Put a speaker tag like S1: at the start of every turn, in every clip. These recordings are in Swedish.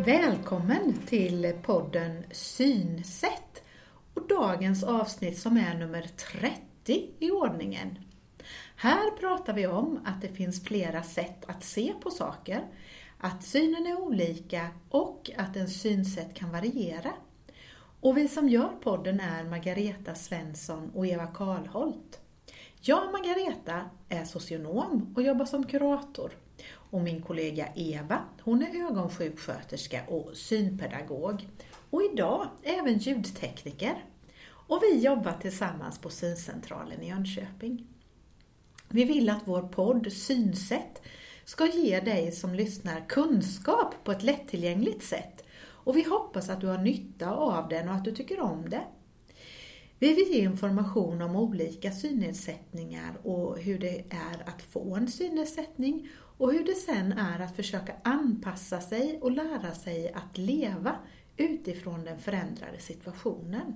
S1: Välkommen till podden Synsätt och dagens avsnitt som är nummer 30 i ordningen. Här pratar vi om att det finns flera sätt att se på saker, att synen är olika och att en synsätt kan variera. Och vi som gör podden är Margareta Svensson och Eva Karlholt. Jag, Margareta, är socionom och jobbar som kurator. Och min kollega Eva, hon är ögonsjuksköterska och synpedagog. Och idag även ljudtekniker. Och vi jobbar tillsammans på Syncentralen i Jönköping. Vi vill att vår podd Synsätt ska ge dig som lyssnar kunskap på ett lättillgängligt sätt. Och vi hoppas att du har nytta av den och att du tycker om det. Vi vill ge information om olika synnedsättningar och hur det är att få en synnedsättning och hur det sen är att försöka anpassa sig och lära sig att leva utifrån den förändrade situationen.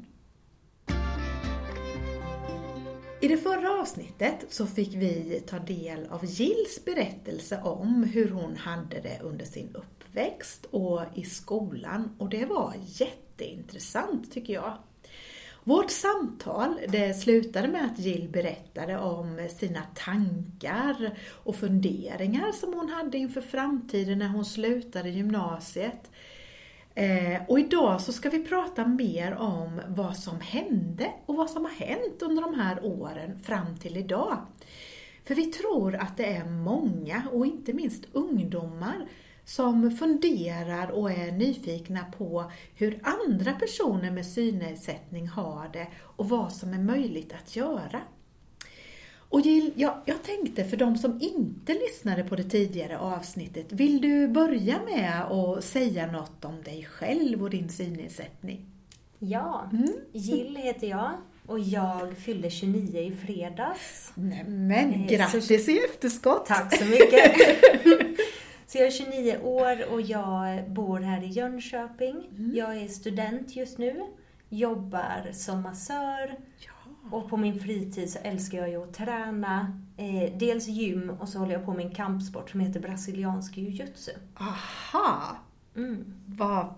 S1: I det förra avsnittet så fick vi ta del av Jills berättelse om hur hon hade det under sin uppväxt och i skolan, och det var jätteintressant tycker jag. Vårt samtal det slutade med att Jill berättade om sina tankar och funderingar som hon hade inför framtiden när hon slutade gymnasiet. Och idag så ska vi prata mer om vad som hände och vad som har hänt under de här åren fram till idag. För vi tror att det är många och inte minst ungdomar som funderar och är nyfikna på hur andra personer med synnedsättning har det och vad som är möjligt att göra. Och Jill, jag tänkte för de som inte lyssnade på det tidigare avsnittet, vill du börja med att säga något om dig själv och din synnedsättning?
S2: Ja, Jill heter jag och jag fyllde 29 i fredags.
S1: Nämen, grattis i efterskott!
S2: Tack så mycket! Så jag är 29 år och jag bor här i Jönköping. Jag är student just nu, jobbar som massör. Och på min fritid så älskar jag ju att träna. Dels gym och så håller jag på med en kampsport som heter brasiliansk jiu-jitsu.
S1: Aha! Vad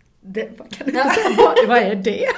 S1: är det?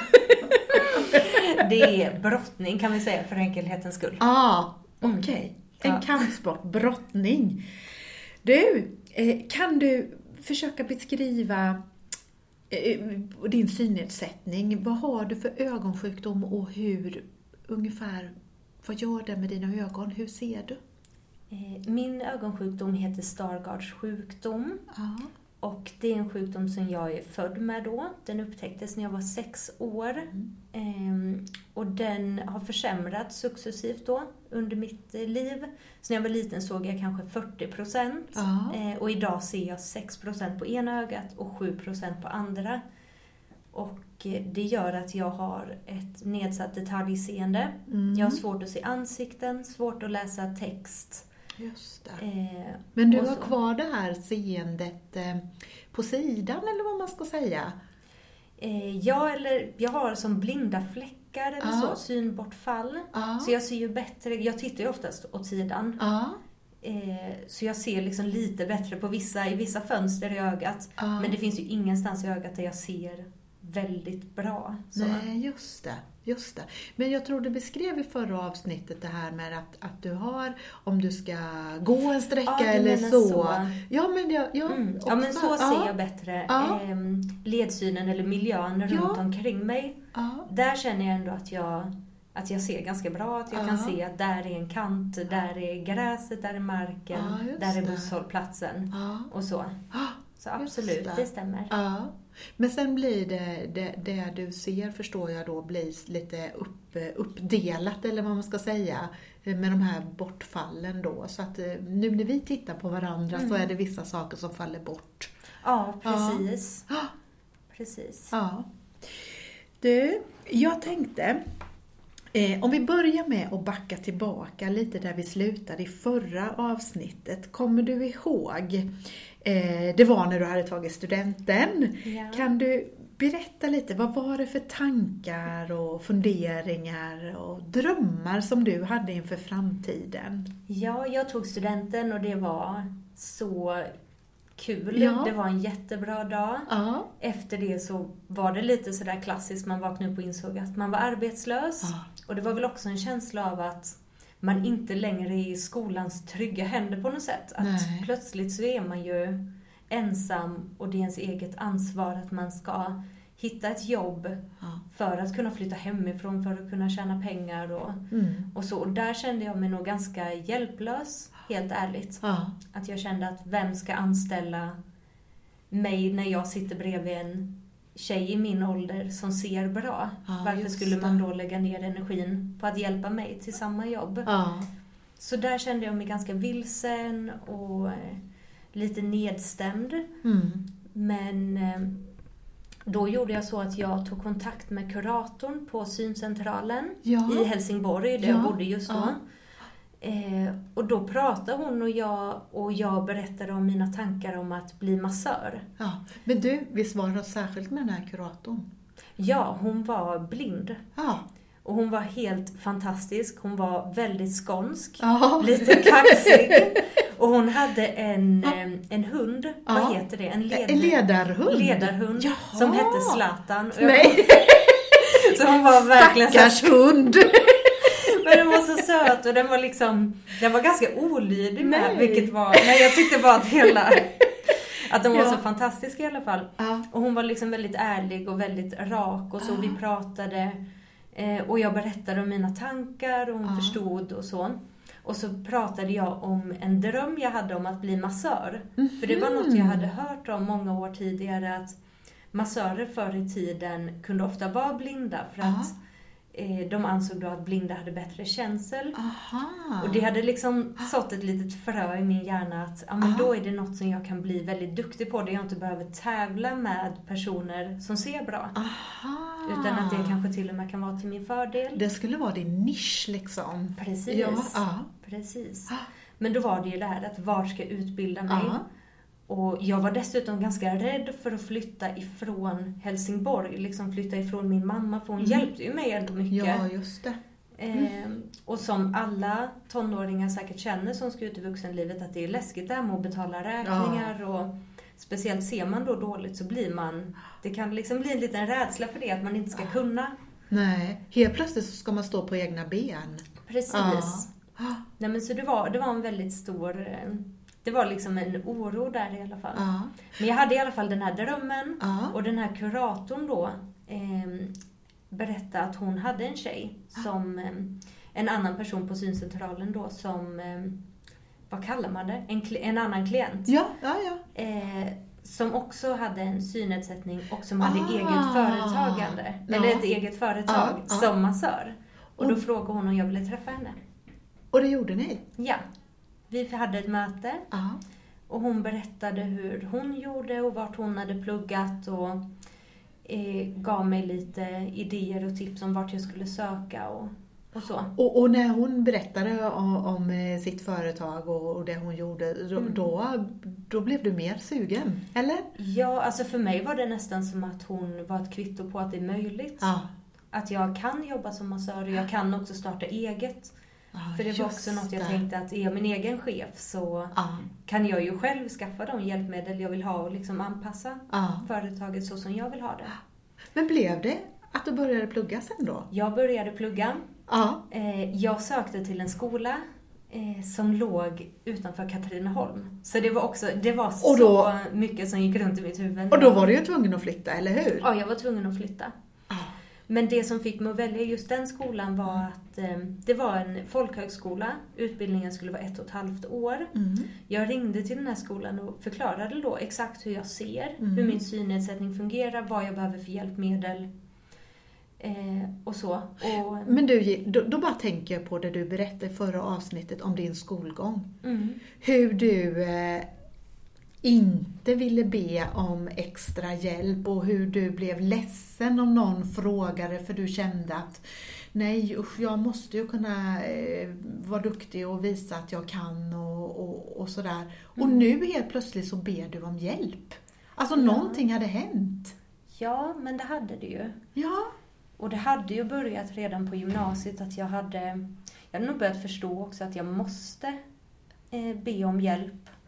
S2: Det är brottning kan vi säga för enkelhetens skull.
S1: Okej. En kampsport, brottning. Du, kan du försöka beskriva din synnedsättning? Vad har du för ögonsjukdom och hur ungefär, vad gör det med dina ögon? Hur ser du?
S2: Min ögonsjukdom heter Stargardts sjukdom. Och det är en sjukdom som jag är född med då. Den upptäcktes när jag var 6 år. Och den har försämrats successivt då under mitt liv. Så när jag var liten såg jag kanske 40%. Och idag ser jag 6% på ena ögat och 7% på andra. Och det gör att jag har ett nedsatt detaljseende. Jag har svårt att se ansikten, svårt att läsa text.
S1: Just det. Men du har kvar det här seendet på sidan eller vad man ska säga?
S2: Jag har som blinda fläckar eller så, synbortfall. Så jag ser ju bättre, jag tittar ju oftast åt sidan. Så jag ser liksom lite bättre på i vissa fönster i ögat. Men det finns ju ingenstans i ögat där jag ser väldigt bra. Så.
S1: Nej, just det. Men jag tror du beskrev i förra avsnittet det här med att du har, om du ska gå en sträcka eller så. Ja, men
S2: så ser jag bättre. Ledsynen eller miljön runt omkring mig. Där känner jag ändå att jag ser ganska bra. Att jag kan se att där är en kant, där är gräset, där är marken, där är busshållplatsen och så. Så absolut, det stämmer.
S1: Men sen blir det du ser, förstår jag då, blir lite uppdelat eller vad man ska säga med de här bortfallen då. Så att nu när vi tittar på varandra så är det vissa saker som faller bort.
S2: Ja, precis. Precis.
S1: Du, jag tänkte, om vi börjar med att backa tillbaka lite där vi slutade i förra avsnittet. Kommer du ihåg? Det var när du hade tagit studenten.
S2: Ja.
S1: Kan du berätta lite, vad var det för tankar och funderingar och drömmar som du hade inför framtiden?
S2: Ja, jag tog studenten och det var så kul.
S1: Ja.
S2: Det var en jättebra dag.
S1: Ja.
S2: Efter det så var det lite sådär klassiskt. Man vaknade upp och insåg att man var arbetslös.
S1: Ja.
S2: Och det var väl också en känsla av att man inte längre är i skolans trygga händer på något sätt. Att
S1: Nej.
S2: plötsligt så är man ju ensam och det är ens eget ansvar att man ska hitta ett jobb för att kunna flytta hemifrån, för att kunna tjäna pengar och så. Och där kände jag mig nog ganska hjälplös, helt ärligt.
S1: Ja.
S2: Att jag kände att vem ska anställa mig när jag sitter bredvid en tjej i min ålder som ser bra?
S1: Ja,
S2: Varför skulle man då lägga ner energin på att hjälpa mig till samma jobb?
S1: Ja.
S2: Så där kände jag mig ganska vilsen och lite nedstämd. Men då gjorde jag så att jag tog kontakt med kuratorn på syncentralen i Helsingborg, där jag bodde just då. Och då pratade hon och jag berättade om mina tankar om att bli massör.
S1: Ja. Men du, visst var det något särskilt med den här kuratorn?
S2: Ja, hon var blind.
S1: Ja.
S2: Och hon var helt fantastisk. Hon var väldigt skånsk.
S1: Ja.
S2: Lite kaxig. Och hon hade en hund. Vad heter det? En
S1: ledarhund.
S2: Ledarhund.
S1: Jaha.
S2: Som hette Zlatan.
S1: Nej.
S2: Så hon var verkligen
S1: Stackars hund.
S2: Men den var så söt och den var ganska olydig med. Vilket var, men jag tyckte bara att de var så fantastiska i alla fall. Och hon var liksom väldigt ärlig och väldigt rak och så vi pratade. Och jag berättade om mina tankar och hon förstod och så. Och så pratade jag om en dröm jag hade om att bli massör. För det var något jag hade hört om många år tidigare, att massörer förr i tiden kunde ofta vara blinda för att de ansåg då att blinda hade bättre känsel. Och det hade liksom sått ett litet frö i min hjärna att men då är det något som jag kan bli väldigt duktig på. Det jag inte behöver tävla med personer som ser bra. Utan att det kanske till och med kan vara till min fördel.
S1: Det skulle vara din nisch liksom.
S2: Precis. Precis. Men då var det ju det här att var ska jag utbilda mig? Och jag var dessutom ganska rädd för att flytta ifrån Helsingborg. Liksom flytta ifrån min mamma. För hon hjälpte ju mig ändå mycket.
S1: Ja, just det.
S2: Och som alla tonåringar säkert känner som ska ut i vuxenlivet, att det är läskigt där med att betala räkningar. Och speciellt ser man då dåligt så blir man... Det kan liksom bli en liten rädsla för det, att man inte ska kunna.
S1: Nej, helt plötsligt så ska man stå på egna ben.
S2: Precis. Nej, men så det var en väldigt stor... Det var liksom en oro där i alla fall. Men jag hade i alla fall den här drömmen. Och den här kuratorn då berättade att hon hade en tjej som en annan person på syncentralen då som vad kallar man det? En annan klient. Som också hade en synnedsättning och som hade eget företagande. Eller ett eget företag som massör. Och då frågade hon om jag ville träffa henne.
S1: Och det gjorde ni?
S2: Ja. Vi hade ett möte. Och hon berättade hur hon gjorde och vart hon hade pluggat. Och gav mig lite idéer och tips om vart jag skulle söka och så.
S1: Och när hon berättade om sitt företag och det hon gjorde, då blev du mer sugen, eller? Ja,
S2: alltså för mig var det nästan som att hon var ett kvitto på att det är möjligt. Att jag kan jobba som massör och jag kan också starta eget. För det var också något jag tänkte, att är jag min egen chef så kan jag ju själv skaffa de hjälpmedel jag vill ha och liksom anpassa företaget så som jag vill ha det.
S1: Men blev det att du började plugga sen då?
S2: Jag började plugga. Jag sökte till en skola som låg utanför Katrineholm. Så det var så mycket som gick runt i mitt huvud.
S1: Och då var du ju tvungen att flytta, eller hur?
S2: Ja, jag var tvungen att flytta. Men det som fick mig att välja just den skolan var att det var en folkhögskola. Utbildningen skulle vara 1,5 år. Jag ringde till den här skolan och förklarade då exakt hur jag ser. Hur min synnedsättning fungerar, vad jag behöver för hjälpmedel. Och så.
S1: Men du, då bara tänker jag på det du berättade i förra avsnittet om din skolgång. Hur du inte ville be om extra hjälp och hur du blev ledsen om någon frågade för du kände att nej, usch, jag måste ju kunna vara duktig och visa att jag kan och sådär. Och nu helt plötsligt så ber du om hjälp. Alltså någonting hade hänt.
S2: Ja, men det hade det ju.
S1: Ja.
S2: Och det hade ju börjat redan på gymnasiet att jag hade nog börjat förstå också att jag måste be om hjälp.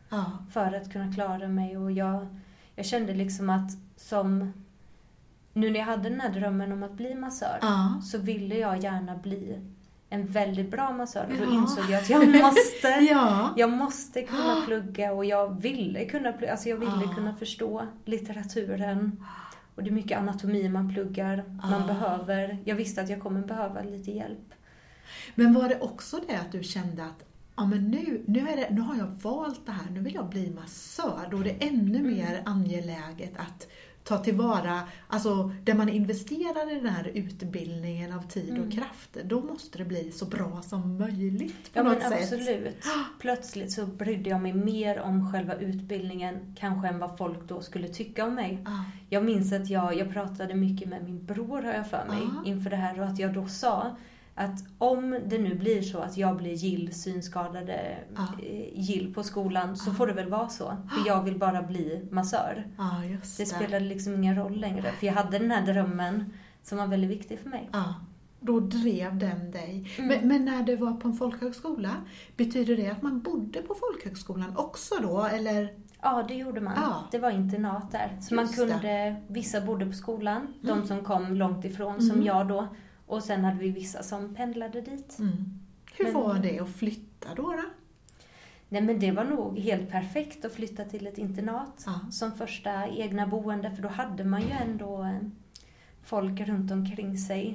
S2: för att kunna klara mig. Och jag kände liksom att nu när jag hade den här drömmen om att bli massör, så ville jag gärna bli en väldigt bra massör. Och då insåg jag att jag måste kunna plugga, och jag ville kunna plugga. Alltså jag ville kunna förstå litteraturen. Och det är mycket anatomi man pluggar. Man behöver, jag visste att jag kommer behöva lite hjälp.
S1: Men var det också det att du kände att men nu har jag valt det här, nu vill jag bli massör. Då är det ännu mer angeläget att ta tillvara, alltså där man investerar i den här utbildningen av tid och kraft, då måste det bli så bra som möjligt på något sätt.
S2: Absolut. Plötsligt så brydde jag mig mer om själva utbildningen kanske än vad folk då skulle tycka om mig. Jag minns att jag pratade mycket med min bror, har jag för mig, inför det här, och att jag då sa att om det nu blir så att jag blir synskadade gill på skolan, så får det väl vara så. För jag vill bara bli massör.
S1: Just
S2: det spelade liksom ingen roll längre. För jag hade den här drömmen som var väldigt viktig för mig.
S1: Då drev den dig. Men när det var på en folkhögskola, betyder det att man bodde på folkhögskolan också då? Eller?
S2: Ja, det gjorde man. Det var internat där. Så man kunde, vissa bodde på skolan, de som kom långt ifrån, som jag då. Och sen hade vi vissa som pendlade dit.
S1: Hur var det att flytta då?
S2: Nej, men det var nog helt perfekt att flytta till ett internat som första egna boende. För då hade man ju ändå folk runt omkring sig.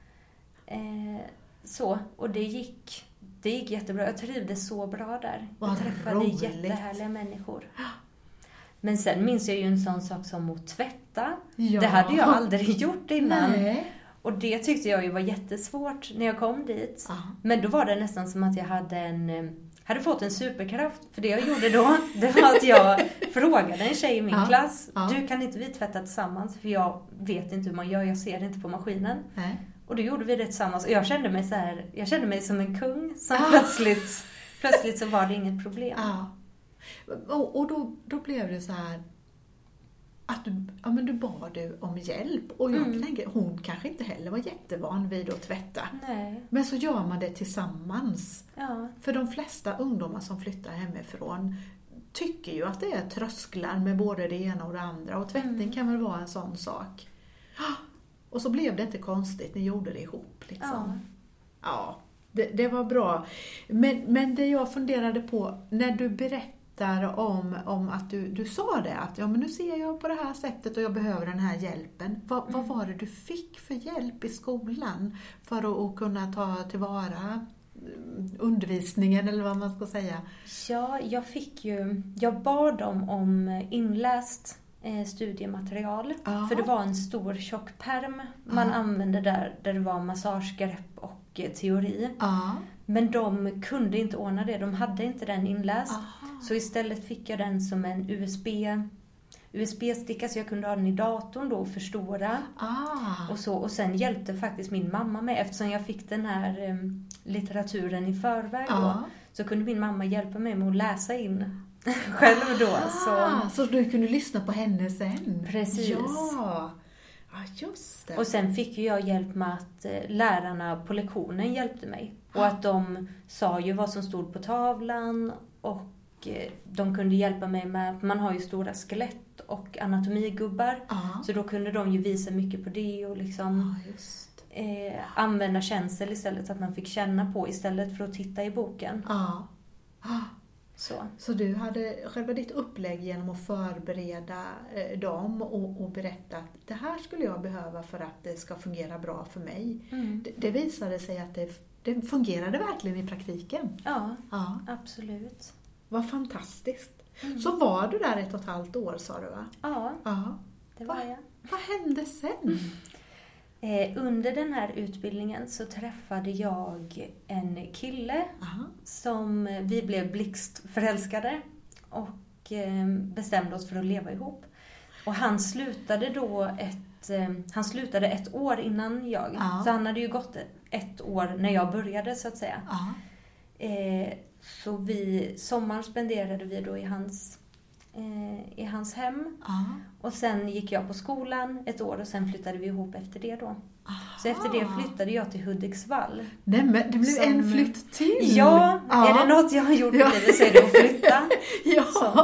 S2: Och det gick jättebra. Jag trivdes så bra där. Jag träffade jättehärliga människor. Men sen minns jag ju en sån sak som att tvätta. Det hade jag aldrig gjort innan.
S1: Nej.
S2: Och det tyckte jag ju var jättesvårt när jag kom dit. Men då var det nästan som att jag hade fått en superkraft. För det jag gjorde då, det var att jag frågade en tjej i min klass. Du, kan inte vi tvätta tillsammans? För jag vet inte hur man gör, jag ser det inte på maskinen.
S1: Nej.
S2: Och då gjorde vi det tillsammans. Och jag kände mig som en kung. Som plötsligt så var det inget problem.
S1: Och då blev det så här att du bad om hjälp. Och jag tänker, hon kanske inte heller var jättevan vid att tvätta.
S2: Nej.
S1: Men så gör man det tillsammans.
S2: Ja.
S1: För de flesta ungdomar som flyttar hemifrån tycker ju att det är trösklar med både det ena och det andra. Och tvättning kan väl vara en sån sak. Och så blev det inte konstigt, ni gjorde det ihop liksom. Ja, det var bra. Men det jag funderade på, när du berättade om att du sa det, att men nu ser jag på det här sättet och jag behöver den här hjälpen. Vad var det du fick för hjälp i skolan för att kunna ta tillvara undervisningen, eller vad man ska säga?
S2: Ja, jag bad dem om inläst studiematerial. För det var en stor tjock pärm man använde där det var massagegrepp och teori. Men de kunde inte ordna det. De hade inte den inläst. Så istället fick jag den som en USB-sticka, så jag kunde ha den i datorn då och förstora. Och sen hjälpte faktiskt min mamma med, eftersom jag fick den här litteraturen i förväg då. Så kunde min mamma hjälpa mig med att läsa in själv då.
S1: Så du kunde lyssna på henne sen?
S2: Precis.
S1: Ja, just det.
S2: Och sen fick jag hjälp med att lärarna på lektionen hjälpte mig. Och att de sa ju vad som stod på tavlan, och de kunde hjälpa mig med, man har ju stora skelett och anatomigubbar. Så då kunde de ju visa mycket på det och liksom använda känsel istället, så att man fick känna på istället för att titta i boken. Så du hade själva ditt upplägg genom att förbereda dem och berätta att det här skulle jag behöva för att det ska fungera bra för mig. Det visade sig att det fungerade verkligen i praktiken. Ja, absolut.
S1: Vad fantastiskt. Så var du där 1,5 år, sa du, va?
S2: Ja. Det var jag.
S1: Vad hände sen?
S2: Under den här utbildningen så träffade jag en kille som vi blev blixtförälskade och bestämde oss för att leva ihop. Och han slutade ett år innan jag. Så han hade ju gått 1 år när jag började, så att säga. Så sommaren spenderade vi då i hans hem. Och sen gick jag på skolan 1 år och sen flyttade vi ihop efter det då. Så efter det flyttade jag till Hudiksvall.
S1: Nej, men det blev en flytt till.
S2: Ja, är det något jag har gjort i livet så är det att flytta.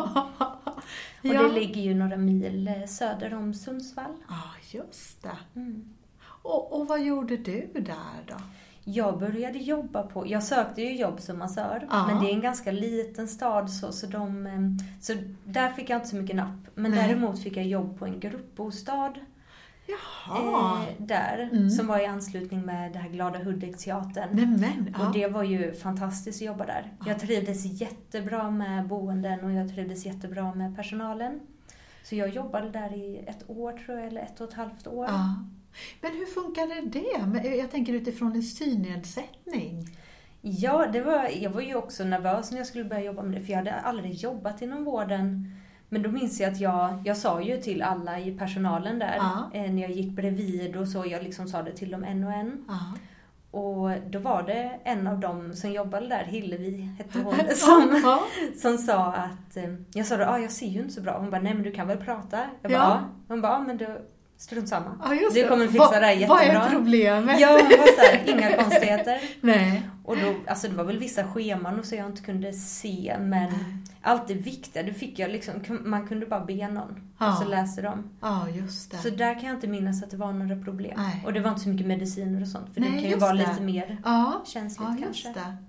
S2: ligger ju några mil söder om Sundsvall.
S1: Ja, just det. Och vad gjorde du där då?
S2: Jag började jag sökte ju jobb som massör, men det är en ganska liten stad så där fick jag inte så mycket napp. Men däremot fick jag jobb på en gruppbostad. Där, som var i anslutning med det här Glada Hudik-teatern. Och det var ju fantastiskt att jobba där. Jag trivdes jättebra med boenden och jag trivdes jättebra med personalen. Så jag jobbade där i 1 år tror jag, eller 1,5 år.
S1: Men hur funkade det? Jag tänker utifrån en synnedsättning.
S2: Ja, jag var ju också nervös när jag skulle börja jobba med det. För jag hade aldrig jobbat inom vården. Men då minns jag att jag sa ju till alla i personalen där. När jag gick bredvid och så. Jag liksom sa det till dem en och en. Och då var det en av dem som jobbade där, Hillevi hette hon, som sa att... Jag sa då, jag ser ju inte så bra. Hon bara, nej men du kan väl prata? Jag bara, Hon bara, men du... Strunt samma. Du kommer fixa det här jättebra.
S1: Vad är problemet?
S2: Ja, det var så här, inga konstigheter.
S1: Nej.
S2: Och då, alltså det var väl vissa scheman och så jag inte kunde se, men allt det viktiga, det fick jag liksom, man kunde bara be någon och så läste de.
S1: Ja, just det.
S2: Så där kan jag inte minnas att det var några problem.
S1: Nej.
S2: Och det var inte så mycket mediciner och sånt, för det kan ju vara lite mer känsligt kanske.
S1: Just det.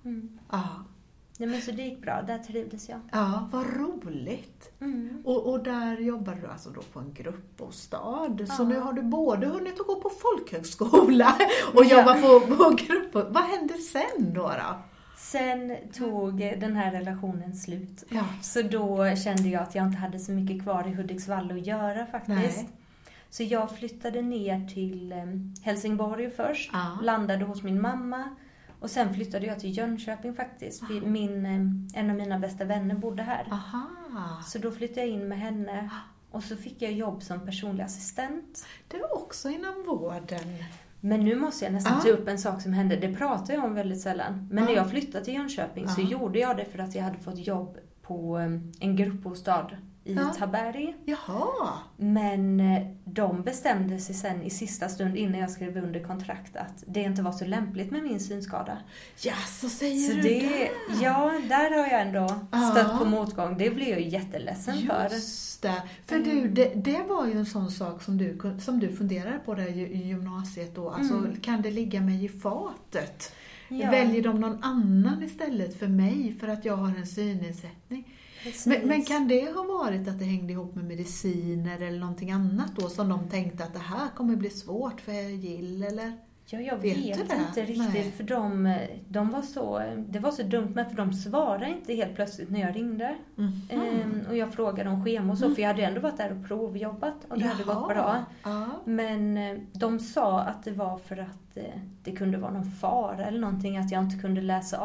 S2: Nej, men så det gick bra, där trivdes jag.
S1: Ja, vad roligt. Och där jobbar du alltså då på en gruppbostad. Så nu har du både hunnit att gå på folkhögskola och jobba på gruppbostad. Vad hände sen då?
S2: Sen tog den här relationen slut. Så då kände jag att jag inte hade så mycket kvar i Hudiksvall att göra faktiskt. Nej. Så jag flyttade ner till Helsingborg först. Landade hos min mamma. Och sen flyttade jag till Jönköping faktiskt. En av mina bästa vänner bodde här. Så då flyttade jag in med henne. Och så fick jag jobb som personlig assistent.
S1: Det var också inom vården.
S2: Men nu måste jag nästan ta upp en sak som hände. Det pratar jag om väldigt sällan. Men när jag flyttade till Jönköping så gjorde jag det för att jag hade fått jobb på en gruppbostad i Taberg.
S1: Jaha.
S2: Men de bestämde sig sen i sista stund innan jag skrev under kontrakt att det inte var så lämpligt med min synskada.
S1: Ja, så säger du det.
S2: Ja, där har jag ändå stött på motgång. Det blev jag jätteledsen för.
S1: Just det. För du, det var ju en sån sak som du funderade på där i gymnasiet då. Alltså, kan det ligga mig i fatet? Ja. Väljer de någon annan istället för mig för att jag har en synnedsättning? Men kan det ha varit att det hängde ihop med mediciner eller någonting annat då som de tänkte att det här kommer bli svårt för Jill eller?
S2: Ja, jag vet inte riktigt. Nej. För de var så, det var så dumt med för de svarade inte helt plötsligt när jag ringde. Och jag frågade om schema och så, för jag hade ändå varit där och provjobbat och det hade gått bra. Men de sa att det var för att det kunde vara någon fara eller någonting, att jag inte kunde läsa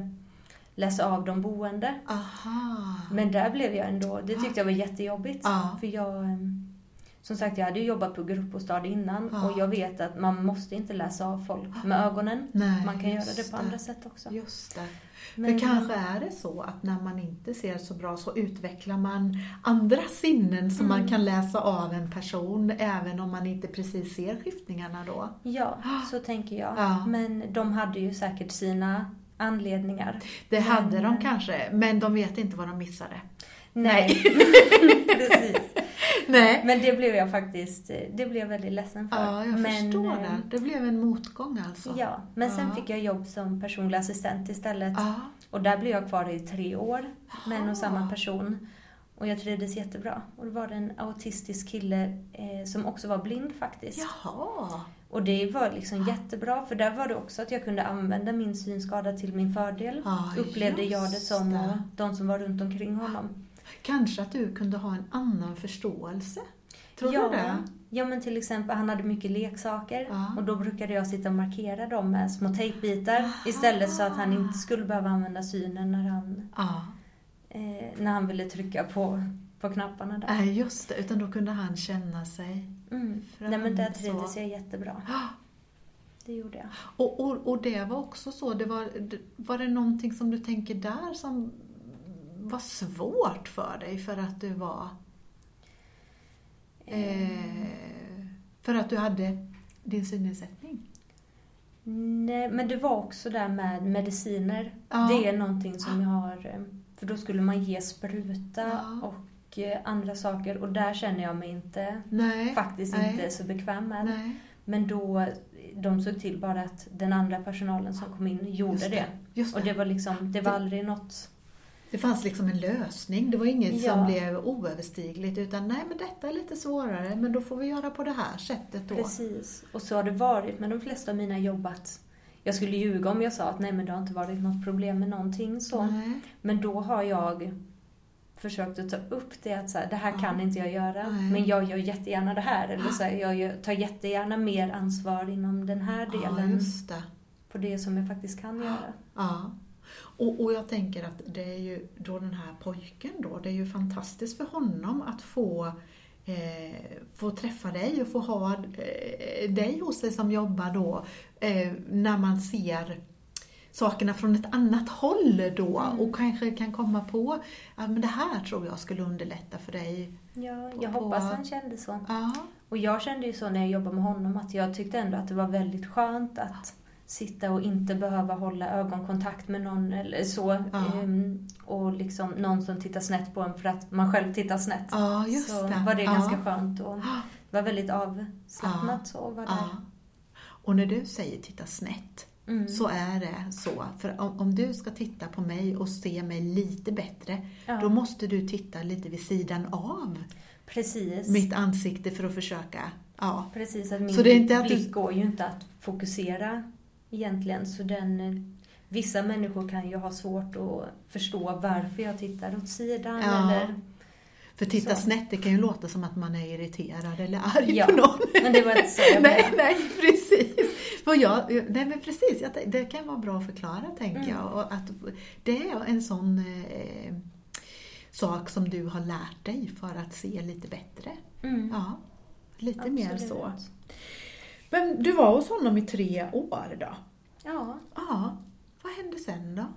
S2: av de boende. Men där blev jag ändå, det tyckte jag var jättejobbigt. För jag, som sagt, jag hade jobbat på gruppbostad innan och jag vet att man måste inte läsa av folk med ögonen. Nej, man kan göra det på andra sätt också.
S1: Just det. Men kanske är det så att när man inte ser så bra så utvecklar man andra sinnen som man kan läsa av en person även om man inte precis ser skiftningarna då.
S2: Ja, så tänker jag. Men de hade ju säkert sina anledningar.
S1: Det hade de kanske, men de vet inte vad de missade.
S2: Nej. Precis.
S1: Nej.
S2: Men det blev jag faktiskt, det blev jag väldigt ledsen för.
S1: Ja, jag förstår det. Det blev en motgång alltså.
S2: Ja, men sen fick jag jobb som personlig assistent istället. Och där blev jag kvar i 3 år med en och samma person. Och jag trivdes jättebra. Och det var en autistisk kille som också var blind faktiskt.
S1: Jaha.
S2: Och det var liksom jättebra, för där var det också att jag kunde använda min synskada till min fördel. Upplevde jag det som och de som var runt omkring honom.
S1: Kanske att du kunde ha en annan förståelse. Tror du det?
S2: Ja, men till exempel han hade mycket leksaker och då brukade jag sitta och markera dem med små tejpbitar istället så att han inte skulle behöva använda synen när han ville trycka på knapparna där.
S1: Nej, just det. Utan då kunde han känna sig
S2: Nej, men där trivdes jag jättebra. Det gjorde jag.
S1: Och det var också så. Var det någonting som du tänker där som var svårt för dig för att du var... för att du hade din synnedsättning?
S2: Nej, men det var också där med mediciner. Det är någonting som jag har... För då skulle man ge spruta och och andra saker. Och där känner jag mig inte inte så bekväm med.
S1: Nej.
S2: Men då, de såg till bara att den andra personalen som kom in gjorde det. Och det var liksom, det var aldrig något...
S1: Det fanns liksom en lösning. Det var inget som blev oöverstigligt. Utan nej, men detta är lite svårare. Men då får vi göra på det här sättet då.
S2: Precis. Och så har det varit med de flesta av mina jobbat. Jag skulle ljuga om jag sa att nej, men det har inte varit något problem med någonting så.
S1: Nej.
S2: Men då har jag försökt att ta upp det att så här, det här kan inte jag göra.
S1: Nej.
S2: Men jag gör jättegärna det här. Eller så här, jag tar jättegärna mer ansvar inom den här delen.
S1: Just det.
S2: På det som jag faktiskt kan göra.
S1: Ja. Och jag tänker att det är ju då den här pojken då, det är ju fantastiskt för honom att få träffa dig och få ha dig hos sig som jobbar då, när man ser sakerna från ett annat håll då och kanske kan komma på att men det här tror jag skulle underlätta för dig.
S2: Ja, jag hoppas han kände så.
S1: Ja.
S2: Och jag kände ju så när jag jobbade med honom att jag tyckte ändå att det var väldigt skönt att sitta och inte behöva hålla ögonkontakt med någon eller så. Och liksom någon som tittar snett på en för att man själv tittar snett.
S1: Ja, just
S2: så
S1: det.
S2: var det ganska skönt och det var väldigt avslappnat så att vara där.
S1: Och när du säger titta snett så är det så. För om du ska titta på mig och se mig lite bättre då måste du titta lite vid sidan av mitt ansikte för att försöka. Ja.
S2: Precis, att min
S1: så det är inte
S2: blick går ju inte att fokusera egentligen. Så vissa människor kan ju ha svårt att förstå varför jag tittar åt sidan. Eller,
S1: för titta snett, det kan ju låta som att man är irriterad eller arg på någon.
S2: Men det var inte så jag
S1: nej, precis. Nej, men precis. Det kan vara bra att förklara, tänker jag. Och att det är en sån sak som du har lärt dig för att se lite bättre. Ja, lite
S2: absolut.
S1: mer så. Men du var hos honom i 3 år då?
S2: Ja.
S1: Ja. Vad hände sen då?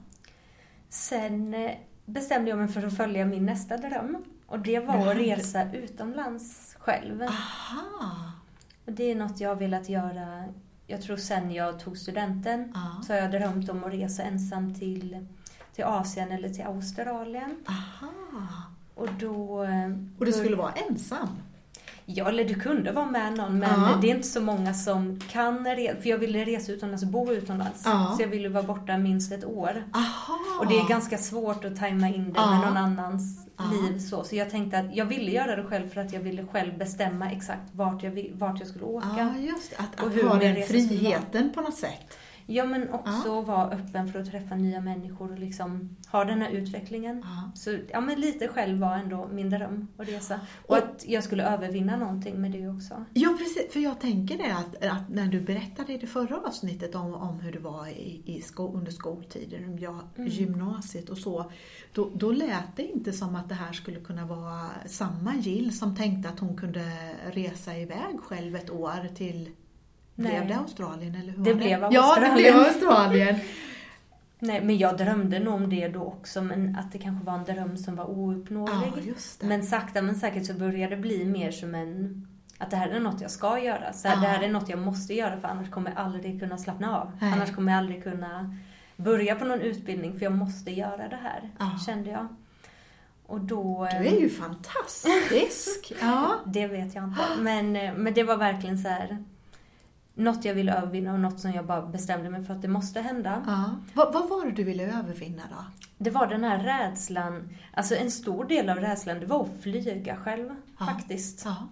S2: Sen bestämde jag mig för att följa min nästa dröm. Och det var att resa utomlands själv.
S1: Aha.
S2: Och det är något jag har velat göra. Jag tror sen jag tog studenten så har jag drömt om att resa ensam till Asien eller till Australien.
S1: Aha.
S2: Och
S1: du skulle vara ensam?
S2: Ja, eller du kunde vara med någon, men det är inte så många som kan för jag ville resa utomlands och bo utomlands. Så jag ville vara borta minst 1 år.
S1: Aha.
S2: Och det är ganska svårt att tajma in det med någon annans liv. Så jag tänkte att jag ville göra det själv för att jag ville själv bestämma exakt vart jag skulle åka.
S1: Ja, just att
S2: hur
S1: ha den friheten på något sätt.
S2: Ja, men också vara öppen för att träffa nya människor och liksom ha den här utvecklingen. Så men lite själv var ändå min dröm att resa. Och att jag skulle övervinna någonting med det också.
S1: Ja, precis. För jag tänker det att när du berättade i det förra avsnittet om hur det var under skoltiden, gymnasiet och så. Då lät det inte som att det här skulle kunna vara samma Jill som tänkte att hon kunde resa iväg själv 1 år till... Blev det Australien eller hur?
S2: Det blev Australien.
S1: Ja, det blev Australien.
S2: Nej, men jag drömde nog om det då också, men att det kanske var en dröm som var ouppnåelig.
S1: Ja, just det.
S2: Men sakta men säkert så började det bli mer som att det här är något jag ska göra. Så det här är något jag måste göra, för annars kommer jag aldrig kunna slappna av.
S1: Nej.
S2: Annars kommer jag aldrig kunna börja på någon utbildning, för jag måste göra det här, kände jag. Och då...
S1: Du är ju fantastisk. Ja.
S2: Det vet jag inte. Men det var verkligen så här... Något jag ville övervinna och något som jag bara bestämde mig för att det måste hända.
S1: Ja. Vad var det du ville övervinna då?
S2: Det var den här rädslan. Alltså en stor del av rädslan, det var att flyga själv faktiskt.
S1: Ja.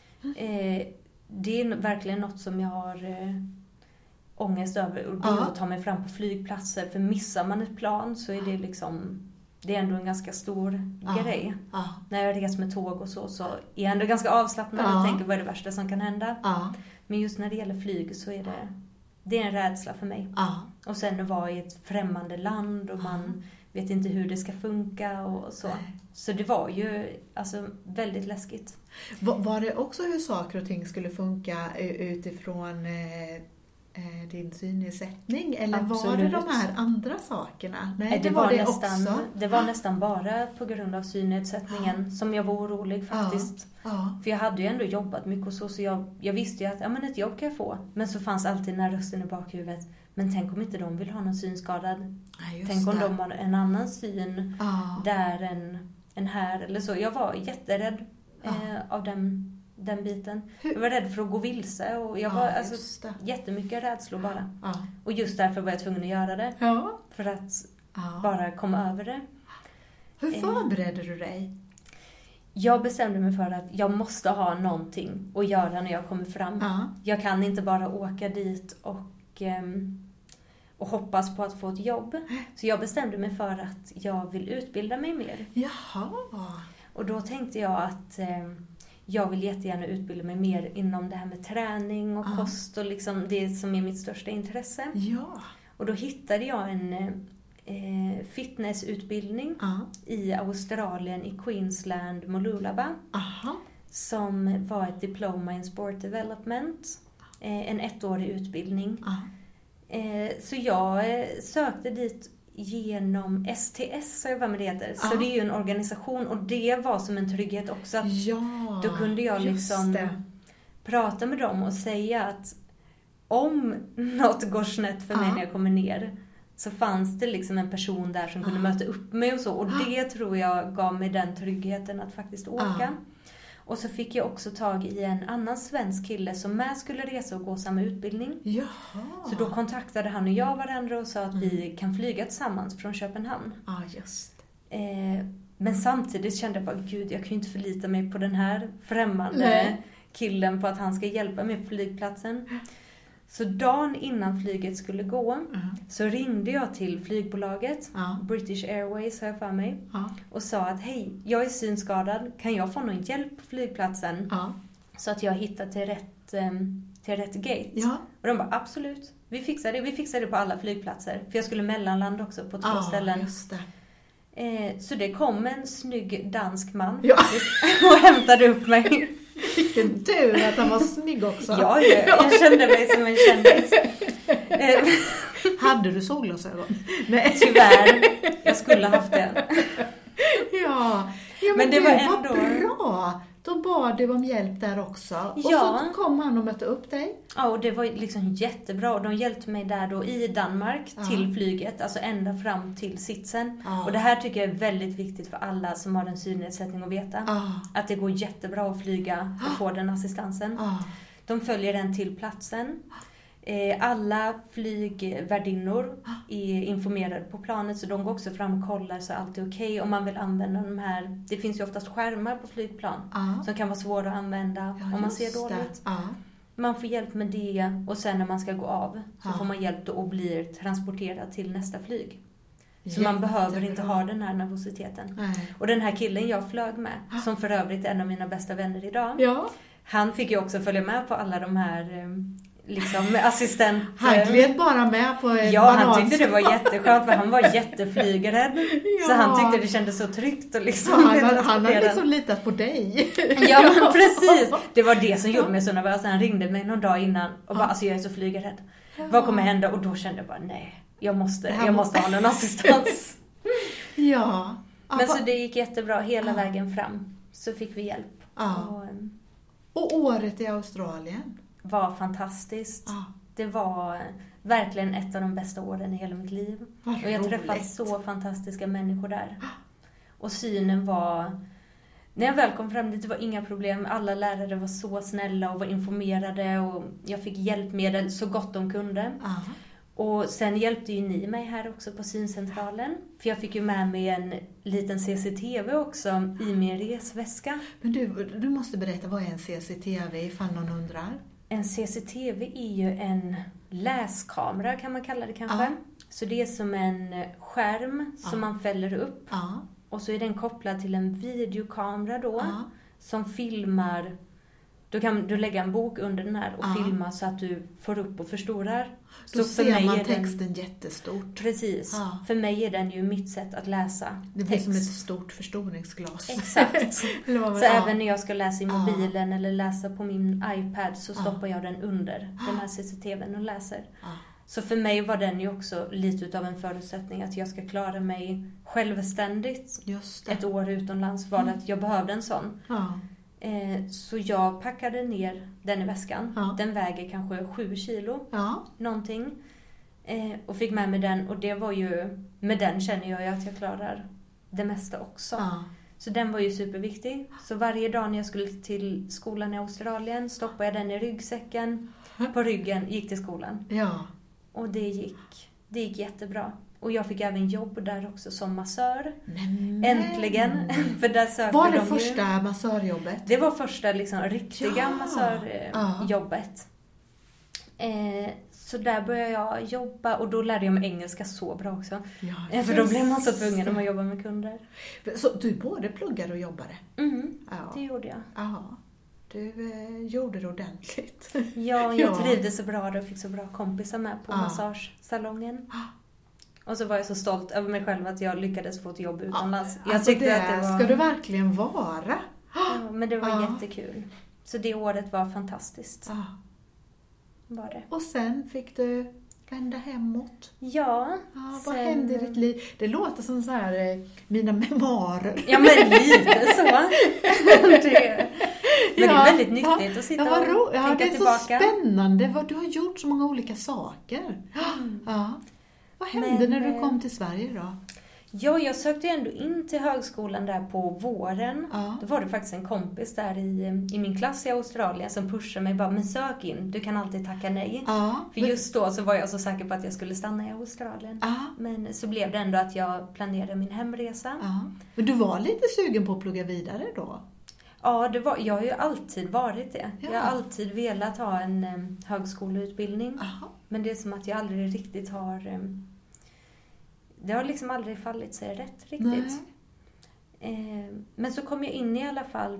S2: Det är verkligen något som jag har ångest över. Och det är att ta mig fram på flygplatser. För missar man ett plan så är det liksom... Det är ändå en ganska stor grej. När jag reser med tåg och så är jag ändå ganska avslappnad och tänker vad är det värsta som kan hända. Men just när det gäller flyg så är det är en rädsla för mig. Och sen att vara i ett främmande land och man vet inte hur det ska funka och så. Så det var ju alltså väldigt läskigt.
S1: Var det också hur saker och ting skulle funka utifrån din synnedsättning? Eller
S2: Absolut.
S1: var det de här andra sakerna? Nej,
S2: det var nästan bara på grund av synnedsättningen som jag var orolig faktiskt. För jag hade ju ändå jobbat mycket och så jag visste ju att ett jobb kan jag få. Men så fanns alltid den här rösten i bakhuvudet. Men tänk om inte de vill ha någon synskadad. Tänk om de har en annan syn där en här eller så. Jag var jätterädd av den biten. Jag var rädd för att gå vilse och jag var jättemycket rädslor bara. Och just därför var jag tvungen att göra det. För att bara komma över det.
S1: Hur förberedde du dig?
S2: Jag bestämde mig för att jag måste ha någonting att göra när jag kommer fram. Jag kan inte bara åka dit och hoppas på att få ett jobb. Så jag bestämde mig för att jag vill utbilda mig mer.
S1: Jaha.
S2: Och då tänkte jag att jag vill jättegärna utbilda mig mer inom det här med träning och kost och liksom det som är mitt största intresse.
S1: Ja.
S2: Och då hittade jag en fitnessutbildning i Australien, i Queensland, Mooloolaba. Som var ett diploma in sport development. En 1-årig utbildning. Så jag sökte dit genom STS, så vad det heter. Så det är ju en organisation och det var som en trygghet också. Att då kunde jag liksom prata med dem och säga att om något går snett för mig när jag kommer ner, så fanns det liksom en person där som kunde möta upp mig och så. Och det tror jag gav mig den tryggheten att faktiskt åka. Och så fick jag också tag i en annan svensk kille som med skulle resa och gå samma utbildning. Så då kontaktade han och jag varandra och sa att vi kan flyga tillsammans från Köpenhamn.
S1: Just.
S2: Men samtidigt kände jag bara, gud, jag kan ju inte förlita mig på den här främmande killen på att han ska hjälpa mig på flygplatsen. Så dagen innan flyget skulle gå så ringde jag till flygbolaget, British Airways har jag för mig, och sa att hej, jag är synskadad, kan jag få någon hjälp på flygplatsen? Så att jag hittar till rätt gate. Och de bara, absolut, vi fixar det på alla flygplatser. För jag skulle mellanlanda också på 2 ställen.
S1: Just det.
S2: Så det kom en snygg dansk man och hämtade upp mig.
S1: Vilken tur att han var snygg också.
S2: Ja, jag kände mig som en kändis.
S1: Hade du solglasögon?
S2: Nej. Tyvärr, jag skulle haft det.
S1: Men det var ändå bra. Då bad du om hjälp där också. Och så kom han och mötte upp dig.
S2: Ja, och det var liksom jättebra. Och de hjälpte mig där då i Danmark till flyget. Alltså ända fram till sitsen. Och det här tycker jag är väldigt viktigt för alla som har en synnedsättning att veta. Att det går jättebra att flyga och få den assistansen. De följer den till platsen. Alla flygvärdinnor är informerade på planet, så de går också fram och kollar så allt är okej. Om man vill använda de här, det finns ju oftast skärmar på flygplan som kan vara svåra att använda om man ser dåligt. Man får hjälp med det och sen när man ska gå av så får man hjälp då och blir transporterad till nästa flyg. Så man behöver inte ha den här nervositeten. Och den här killen jag flög med, som för övrigt är en av mina bästa vänner idag, han fick ju också följa med på alla de här liksom assistent.
S1: Han gled bara med på en
S2: han tyckte det var jätteskönt för han var jätteflygrädd. Så han tyckte det kändes så tryggt och liksom
S1: han hade liksom litat på dig.
S2: Ja, men precis. Det var det som gjorde mig så nervös. Han ringde mig någon dag innan och bara, alltså jag är så flygrädd. Vad kommer hända? Och då kände jag bara, nej, jag måste ha någon assistans. Men så det gick jättebra hela vägen fram. Så fick vi hjälp.
S1: Och året i Australien
S2: var fantastiskt. Det var verkligen ett av de bästa åren i hela mitt liv. Och jag träffade så fantastiska människor där. Och synen var, när jag väl kom fram dit, det var inga problem. Alla lärare var så snälla och var informerade och jag fick hjälpmedel så gott de kunde. Och sen hjälpte ju ni mig här också på syncentralen. För jag fick ju med mig en liten CCTV också i min resväska.
S1: Men du måste berätta, vad är en CCTV ifall någon undrar?
S2: En CCTV är ju en läskamera kan man kalla det kanske. Så det är som en skärm som man fäller upp. Och så är den kopplad till en videokamera då som filmar. Då kan du lägga en bok under den här och filma så att du får upp och förstorar.
S1: Då så ser man texten jättestort.
S2: Precis. För mig är den ju mitt sätt att läsa
S1: det blir som ett stort förstoringsglas.
S2: Exakt. Så även när jag ska läsa i mobilen eller läsa på min iPad så stoppar jag den under den här CCTV:n och läser. Så för mig var den ju också lite av en förutsättning att jag ska klara mig självständigt. Ett år utomlands var det att jag behövde en sån. Så jag packade ner den i väskan. Den väger kanske 7 kilo. Någonting. Och fick med mig den. Och det var ju, med den känner jag ju att jag klarar det mesta också. Så den var ju superviktig. Så varje dag när jag skulle till skolan i Australien stoppade jag den i ryggsäcken. På ryggen, gick till skolan.
S1: Ja.
S2: Och det gick jättebra. Och jag fick även jobb där också som massör.
S1: Nämen.
S2: Äntligen. För där sökte
S1: var det
S2: de
S1: första massörjobbet?
S2: Det var första liksom, riktiga massörjobbet. Så där började jag jobba. Och då lärde jag mig engelska så bra också.
S1: Ja,
S2: för då blev man så tvungen när man jobbar med kunder.
S1: Så du både pluggade och jobbade?
S2: Det gjorde jag.
S1: Ja. Du gjorde det ordentligt.
S2: Ja, jag trivdes så bra och fick så bra kompisar med på massagesalongen. Och så var jag så stolt över mig själv att jag lyckades få ett jobb utomlands. Jag
S1: alltså
S2: tyckte att det var...
S1: ska du verkligen vara.
S2: Ja, men det var jättekul. Så det året var fantastiskt. Var det.
S1: Och sen fick du vända hemåt.
S2: Ja.
S1: Vad hände i ditt liv? Det låter som så här mina memoarer.
S2: Ja, men lite så. Men det är väldigt nyttigt att sitta och tänka tillbaka.
S1: Det är så spännande. Du har gjort så många olika saker. Ja. Vad hände när du kom till Sverige då?
S2: Ja, jag sökte ändå in till högskolan där på våren.
S1: Ja.
S2: Då var det faktiskt en kompis där i min klass i Australien som pushade mig bara, men sök in, du kan alltid tacka nej.
S1: Ja,
S2: För just då så var jag så säker på att jag skulle stanna i Australien.
S1: Ja.
S2: Men så blev det ändå att jag planerade min hemresa.
S1: Ja. Men du var lite sugen på att plugga vidare då?
S2: Ja, jag har ju alltid varit det. Ja. Jag har alltid velat ha en högskoleutbildning.
S1: Aha.
S2: Men det är som att jag aldrig riktigt har... Det har liksom aldrig fallit sig rätt riktigt. Men så kom jag in i alla fall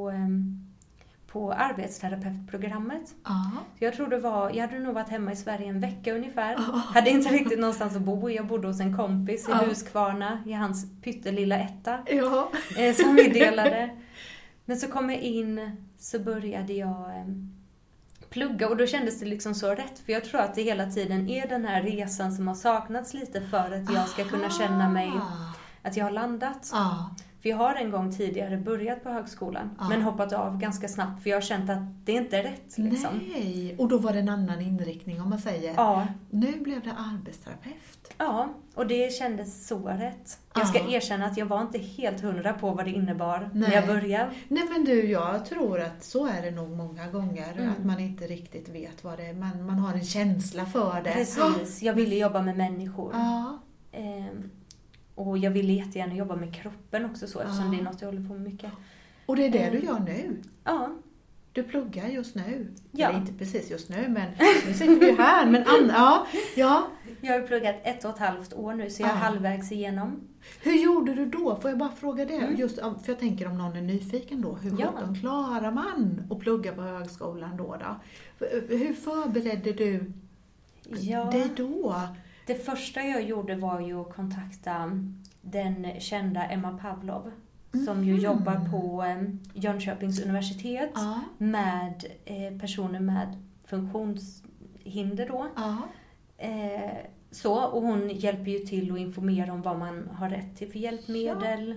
S2: på arbetsterapeutprogrammet. Jag tror jag hade nog varit hemma i Sverige en vecka ungefär. Hade inte riktigt någonstans att bo. Jag bodde hos en kompis i Huskvarna i hans pyttelilla etta. Som vi delade. Men så kom jag in, så började jag plugga och då kändes det liksom så rätt. För jag tror att det hela tiden är den här resan som har saknats lite för att jag ska kunna känna mig att jag har landat. För jag har en gång tidigare börjat på högskolan men hoppat av ganska snabbt för jag har känt att det inte är rätt. Liksom.
S1: Nej, och då var det en annan inriktning om man säger.
S2: Ja.
S1: Nu blev det arbetsterapeut.
S2: Ja, och det kändes så rätt. Jag ska erkänna att jag var inte helt 100 på vad det innebar när jag började.
S1: Nej men du, jag tror att så är det nog många gånger. Att man inte riktigt vet vad det är. Man har en känsla för det.
S2: Precis, jag ville jobba med människor.
S1: Ja.
S2: Och jag ville jättegärna jobba med kroppen också så eftersom det är något jag håller på med mycket.
S1: Och det är det du gör nu?
S2: Ja.
S1: Du pluggar just nu?
S2: Ja.
S1: Eller inte precis just nu, men nu sitter vi här. Men ja.
S2: Jag har pluggat 1,5 år nu så jag är halvvägs igenom.
S1: Hur gjorde du då? Får jag bara fråga det? Just, för jag tänker om någon är nyfiken då. Hur klarar man att plugga på högskolan då? Hur förberedde du dig då?
S2: Det första jag gjorde var ju att kontakta den kända Emma Pavlov som ju jobbar på Jönköpings universitet med personer med funktionshinder då. Och hon hjälper ju till att informera om vad man har rätt till för hjälpmedel.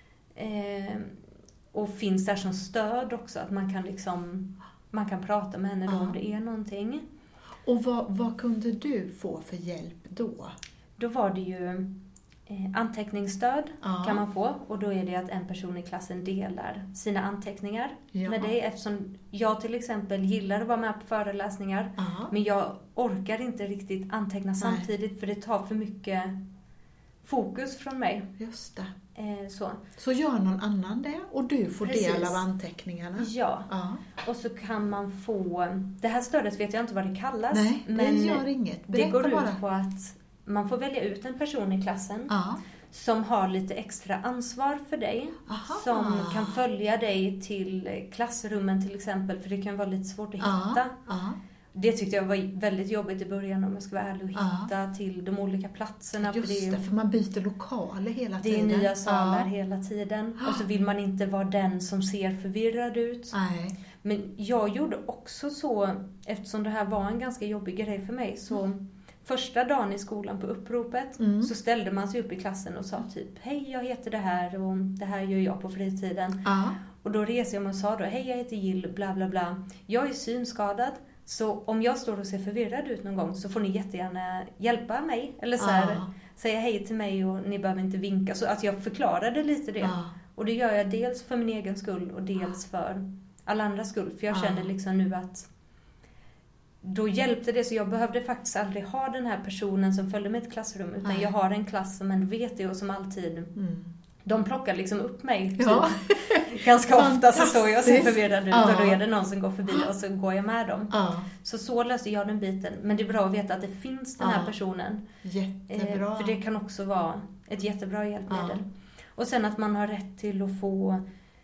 S2: Och finns där som stöd också, att man kan prata med henne då om det är någonting.
S1: Och vad kunde du få för hjälp då?
S2: Då var det ju anteckningsstöd kan man få. Och då är det att en person i klassen delar sina anteckningar med dig. Eftersom jag till exempel gillar att vara med på föreläsningar. Men jag orkar inte riktigt anteckna samtidigt för det tar för mycket fokus från mig.
S1: Just det.
S2: Så
S1: gör någon annan det och du får del av anteckningarna.
S2: Ja. Och så kan man få... Det här stödet vet jag inte vad det kallas.
S1: Nej, det gör inget. Berätta
S2: det går
S1: bara.
S2: ut på att man får välja ut en person i klassen som har lite extra ansvar för dig. Som kan följa dig till klassrummen till exempel. För det kan vara lite svårt att hitta. Det tyckte jag var väldigt jobbigt i början om jag ska vara ärlig och hitta till de olika platserna.
S1: Just det, för man byter lokaler hela tiden.
S2: Det är nya salar hela tiden. Och så vill man inte vara den som ser förvirrad ut.
S1: Nej.
S2: Men jag gjorde också så, eftersom det här var en ganska jobbig grej för mig, så första dagen i skolan på uppropet så ställde man sig upp i klassen och sa typ, hej jag heter det här och det här gör jag på fritiden. Och då reser jag mig och sa då, hej jag heter Jill, bla bla bla. Jag är synskadad. Så om jag står och ser förvirrad ut någon gång så får ni jättegärna hjälpa mig. Eller så här, säga hej till mig och ni behöver inte vinka. Så att jag förklarade lite det. Och det gör jag dels för min egen skull och dels för alla andras skull. För jag känner liksom nu att då hjälpte det, så jag behövde faktiskt aldrig ha den här personen som följde med ett klassrum. Utan jag har en klass som ändå vet det och som alltid... De plockar liksom upp mig typ. Ganska ofta så står jag och ser förvirrad ut och då är det någon som går förbi och så går jag med dem. Så löser jag den biten. Men det är bra att veta att det finns den här personen.
S1: Jättebra.
S2: För det kan också vara ett jättebra hjälpmedel. Och sen att man har rätt till att få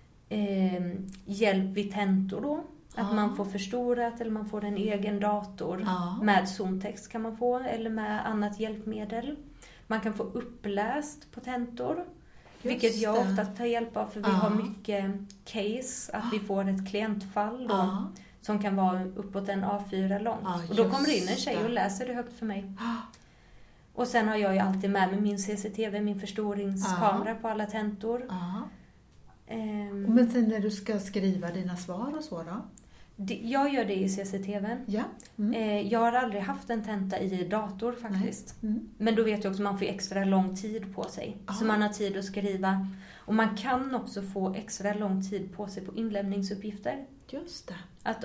S2: hjälp vid tentor då. Att man får förstorat eller man får en egen dator. Med zoomtext kan man få eller med annat hjälpmedel. Man kan få uppläst på tentor. Vilket jag ofta tar hjälp av, för vi har mycket case, att vi får ett klientfall då, som kan vara uppåt en A4 långt. Och då kommer det in en tjej och läser det högt för mig. Och sen har jag ju alltid med mig min CCTV, min förstoringskamera på alla tentor.
S1: Men sen när du ska skriva dina svar och så då?
S2: Jag gör det i CCTV:n.
S1: Ja.
S2: Jag har aldrig haft en tenta i dator faktiskt. Men då vet jag också att man får extra lång tid på sig. Så man har tid att skriva. Och man kan också få extra lång tid på sig på inlämningsuppgifter.
S1: Just det.
S2: Att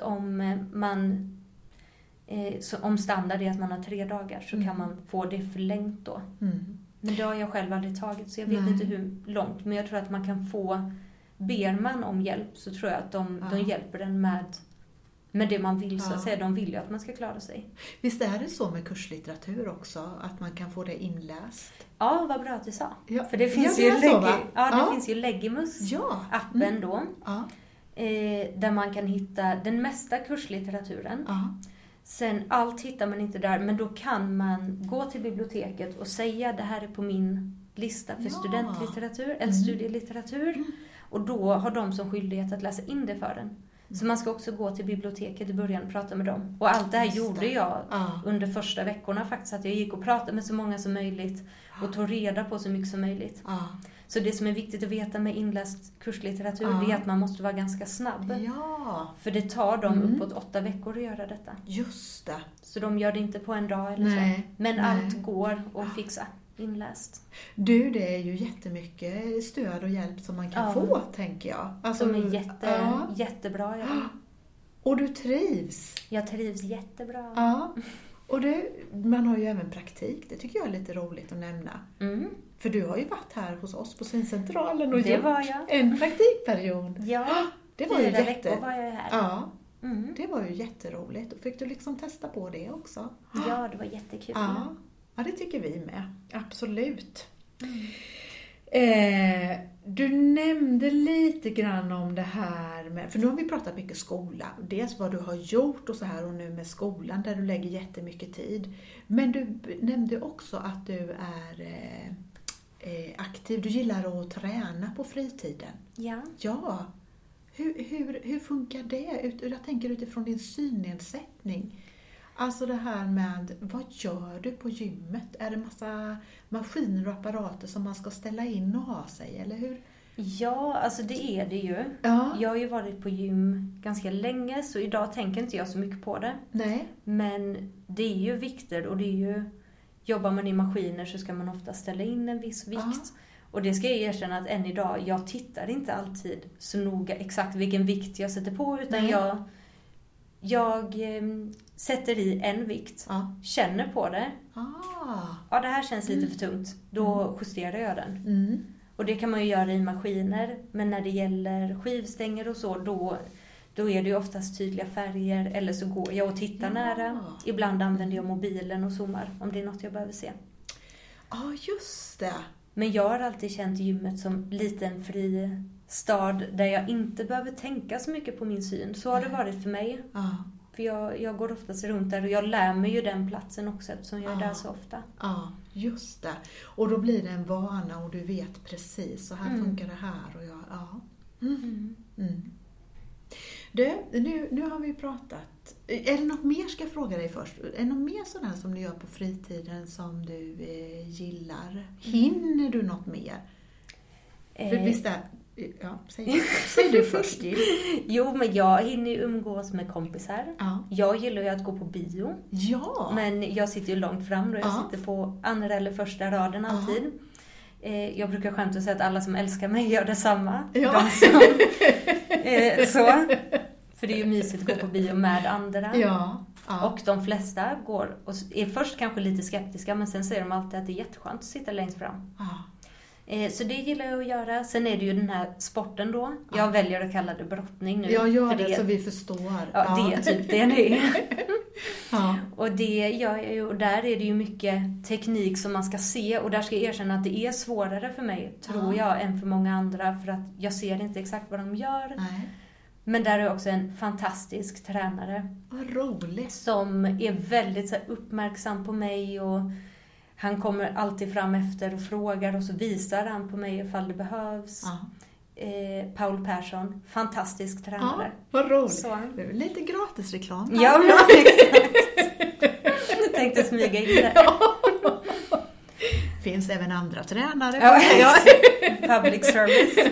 S2: om standard är att man har 3 dagar så kan man få det förlängt då. Men det har jag själv aldrig tagit, så jag vet inte hur långt. Men jag tror att man kan få, ber man om hjälp så tror jag att de hjälper den med det man vill så att säga. De vill ju att man ska klara sig.
S1: Visst är det så med kurslitteratur också, att man kan få det inläst?
S2: Ja, vad bra att du sa.
S1: Ja.
S2: För det finns finns ju Legimus-appen då. Där man kan hitta den mesta kurslitteraturen. Sen allt hittar man inte där, men då kan man gå till biblioteket och säga det här är på min lista för studentlitteratur eller studielitteratur. Och då har de som skyldighet att läsa in det för den. Så man ska också gå till biblioteket i början och prata med dem. Och allt det här gjorde jag under första veckorna faktiskt. Att jag gick och pratade med så många som möjligt och tog reda på så mycket som möjligt. Så det som är viktigt att veta med inläst kurslitteratur det är att man måste vara ganska snabb. För det tar dem uppåt 8 veckor att göra detta.
S1: Just det.
S2: Så de gör det inte på en dag eller så. Men allt går att fixa. Inläst.
S1: Du, det är ju jättemycket stöd och hjälp som man kan få, tänker jag.
S2: Alltså, som är jättebra.
S1: Och du trivs.
S2: Jag trivs jättebra.
S1: Ja. Och man har ju även praktik. Det tycker jag är lite roligt att nämna. För du har ju varit här hos oss på Syncentralen och gjort en praktikperiod.
S2: Ja,
S1: det var 4
S2: veckor var jag här.
S1: Ja. Det var ju jätteroligt. Och fick du liksom testa på det också?
S2: Ja, det var jättekul.
S1: Ja, det tycker vi med. Absolut. Du nämnde lite grann om det här med, för nu har vi pratat mycket skola. Dels vad du har gjort och så här, och nu med skolan där du lägger jättemycket tid. Men du nämnde också att du är aktiv. Du gillar att träna på fritiden. Ja. Hur funkar det? Jag tänker utifrån din synnedsättning. Alltså det här med, vad gör du på gymmet? Är det massa maskiner och apparater som man ska ställa in och ha sig, eller hur?
S2: Ja, alltså det är det ju. Jag har ju varit på gym ganska länge, så idag tänker inte jag så mycket på det.
S1: Nej.
S2: Men det är ju vikter, och det är ju, jobbar man i maskiner så ska man ofta ställa in en viss vikt. Och det ska jag erkänna att än idag, jag tittar inte alltid så noga exakt vilken vikt jag sätter på, utan jag sätter i en vikt, känner på det. Ja, det här känns lite för tungt. Då justerar jag den. Och det kan man ju göra i maskiner. Men när det gäller skivstänger och så, då är det ju oftast tydliga färger. Eller så går jag och tittar nära. Ibland använder jag mobilen och zoomar om det är något jag behöver se.
S1: Ja, just det.
S2: Men jag har alltid känt gymmet som liten fri stad där jag inte behöver tänka så mycket på min syn. Så har det varit för mig. För jag går oftast runt där och jag lär mig ju den platsen också eftersom jag är där så ofta.
S1: Ja, just det. Och då blir det en vana och du vet precis, så här funkar det här. Och Du, nu har vi pratat. Är det något mer, ska jag fråga dig först? Är det något mer sådär som du gör på fritiden som du gillar? Hinner du något mer? För visst är... Ja, säg du först, Jill.
S2: Jo, men jag hinner ju umgås med kompisar. Jag gillar ju att gå på bio. Men jag sitter ju långt fram då. Jag sitter på andra eller första raden alltid. Jag brukar skämt och säga att alla som älskar mig gör detsamma.
S1: Ja.
S2: Så. För det är ju mysigt att gå på bio med andra.
S1: Ja. Ja.
S2: Och de flesta går och är först kanske lite skeptiska, men sen säger de alltid att det är jätteskönt att sitta längst fram.
S1: Ja.
S2: Så det gillar jag att göra. Sen är det ju den här sporten då. Jag väljer att kalla det brottning nu.
S1: Jag gör
S2: för
S1: det så vi förstår.
S2: Ja, det är typ det är.
S1: Ja.
S2: Och det gör jag ju, och där är det ju mycket teknik som man ska se, och där ska jag erkänna att det är svårare för mig, tror jag, än för många andra, för att jag ser inte exakt vad de gör.
S1: Nej.
S2: Men där är också en fantastisk tränare.
S1: Vad roligt.
S2: Som är väldigt så här, uppmärksam på mig, och han kommer alltid fram efter och frågar, och så visar han på mig ifall det behövs.
S1: Ja.
S2: Paul Persson, fantastisk tränare.
S1: Ja, vad roligt.
S2: Så.
S1: Lite gratisreklam.
S2: Ja, exakt. Jag tänkte smyga in det.
S1: Ja. Finns även andra tränare.
S2: Ja, public service.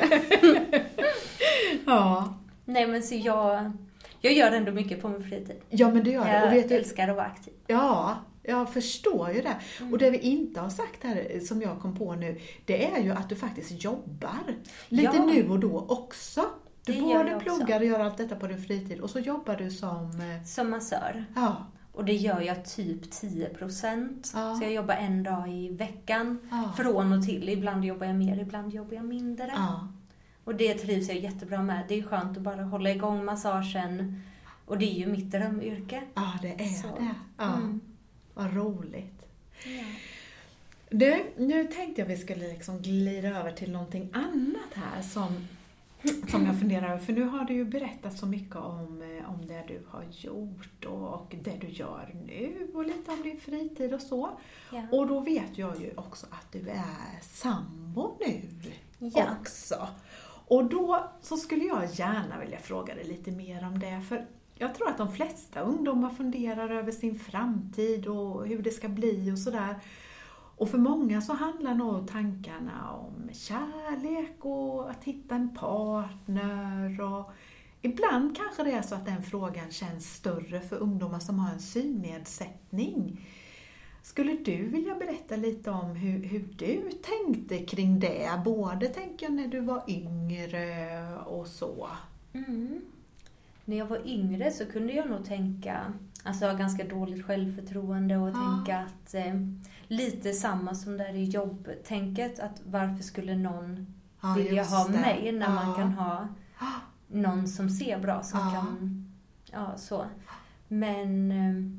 S1: Ja.
S2: Nej, men så jag gör ändå mycket på min fritid.
S1: Ja, men det gör det.
S2: Jag
S1: Och vet du,
S2: älskar att vara aktiv.
S1: ja, jag förstår ju det. Och det vi inte har sagt här, som jag kom på nu, det är ju att du faktiskt jobbar. Lite nu och då också. Du
S2: Det gör
S1: både
S2: jag också.
S1: pluggar och gör allt detta på din fritid. Och så jobbar du
S2: Som massör.
S1: Ja.
S2: Och det gör jag typ 10%.
S1: Ja.
S2: Så jag jobbar en dag i veckan.
S1: Ja.
S2: Från och till. Ibland jobbar jag mer, ibland jobbar jag mindre.
S1: Ja.
S2: Och det trivs jag jättebra med. Det är skönt att bara hålla igång massagen. Och det är ju mitt drömyrke.
S1: Ja, det är
S2: Så.
S1: det. Ja.
S2: Mm.
S1: Vad roligt.
S2: Ja.
S1: Du, nu tänkte jag vi skulle liksom glida över till någonting annat här som jag funderar över. För nu har du ju berättat så mycket om det du har gjort och det du gör nu och lite om din fritid och så.
S2: Ja.
S1: Och då vet jag ju också att du är sambo nu också. Och då så skulle jag gärna vilja fråga dig lite mer om det. För jag tror att de flesta ungdomar funderar över sin framtid och hur det ska bli och sådär. Och för många så handlar nog tankarna om kärlek och att hitta en partner. Och ibland kanske det är så att den frågan känns större för ungdomar som har en synnedsättning. Skulle du vilja berätta lite om hur du tänkte kring det? Både tänker jag när du var yngre och så.
S2: Mm. När jag var yngre så kunde jag nog tänka, alltså ha ganska dåligt självförtroende och tänka att lite samma som där i jobbtänket, att varför skulle någon vilja ha mig när man kan ha någon som ser bra, som kan, så. Men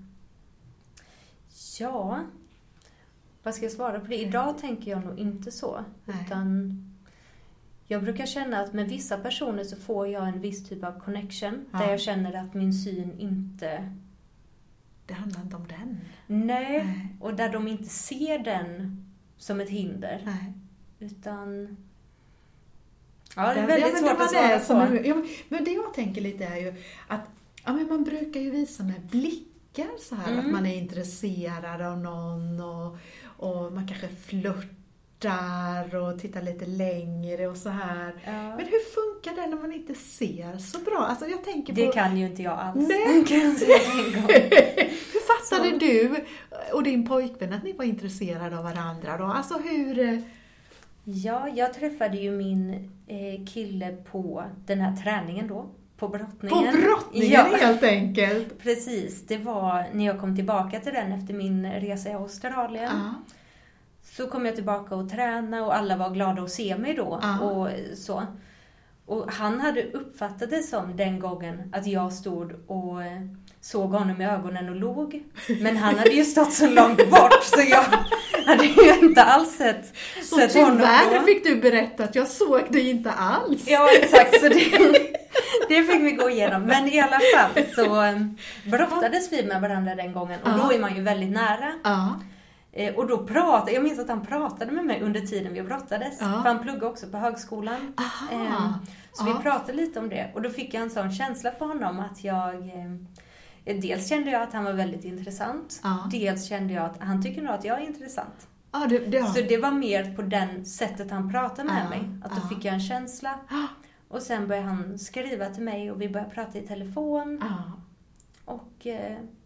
S2: vad ska jag svara på det? Idag tänker jag nog inte så.
S1: Nej.
S2: Utan jag brukar känna att med vissa personer så får jag en viss typ av connection. Där jag känner att min syn inte...
S1: Det handlar inte om den.
S2: Nej. Och där de inte ser den som ett hinder.
S1: Nej.
S2: Utan... Ja, det är väldigt svårt att svara på.
S1: Men det jag tänker lite är ju att men man brukar ju visa med blickar så här att man är intresserad av någon och man kanske flörtar och tittar lite längre och så här. Ja. Men hur funkar det när man inte ser så bra? Alltså jag tänker på...
S2: Det kan ju inte jag alls.
S1: Nej. Hur fattade du och din pojkvän att ni var intresserade av varandra då? Alltså hur...
S2: Ja, jag träffade ju min kille på den här träningen då. På brottningen.
S1: På brottningen helt enkelt.
S2: Precis, det var när jag kom tillbaka till den efter min resa i Australien. Så kom jag tillbaka och träna och alla var glada att se mig då. Och så. Och han hade uppfattat det som den gången att jag stod och såg honom i ögonen och log. Men han hade ju stått så långt bort så jag hade ju inte alls sett honom. Så
S1: tyvärr fick du berätta att jag såg dig inte alls.
S2: Ja, exakt. Så det fick vi gå igenom. Men i alla fall så brottades vi med varandra den gången. Och då är man ju väldigt nära. Och då jag minns att han pratade med mig under tiden vi brottades. För han pluggade också på högskolan. Så vi pratade lite om det. Och då fick jag en sån känsla för honom att dels kände jag att han var väldigt intressant. Dels kände jag att han tycker nog att jag är intressant. Så det var mer på den sättet han pratade med mig. Att då fick jag en känsla. Och sen började han skriva till mig och vi började prata i telefon. Och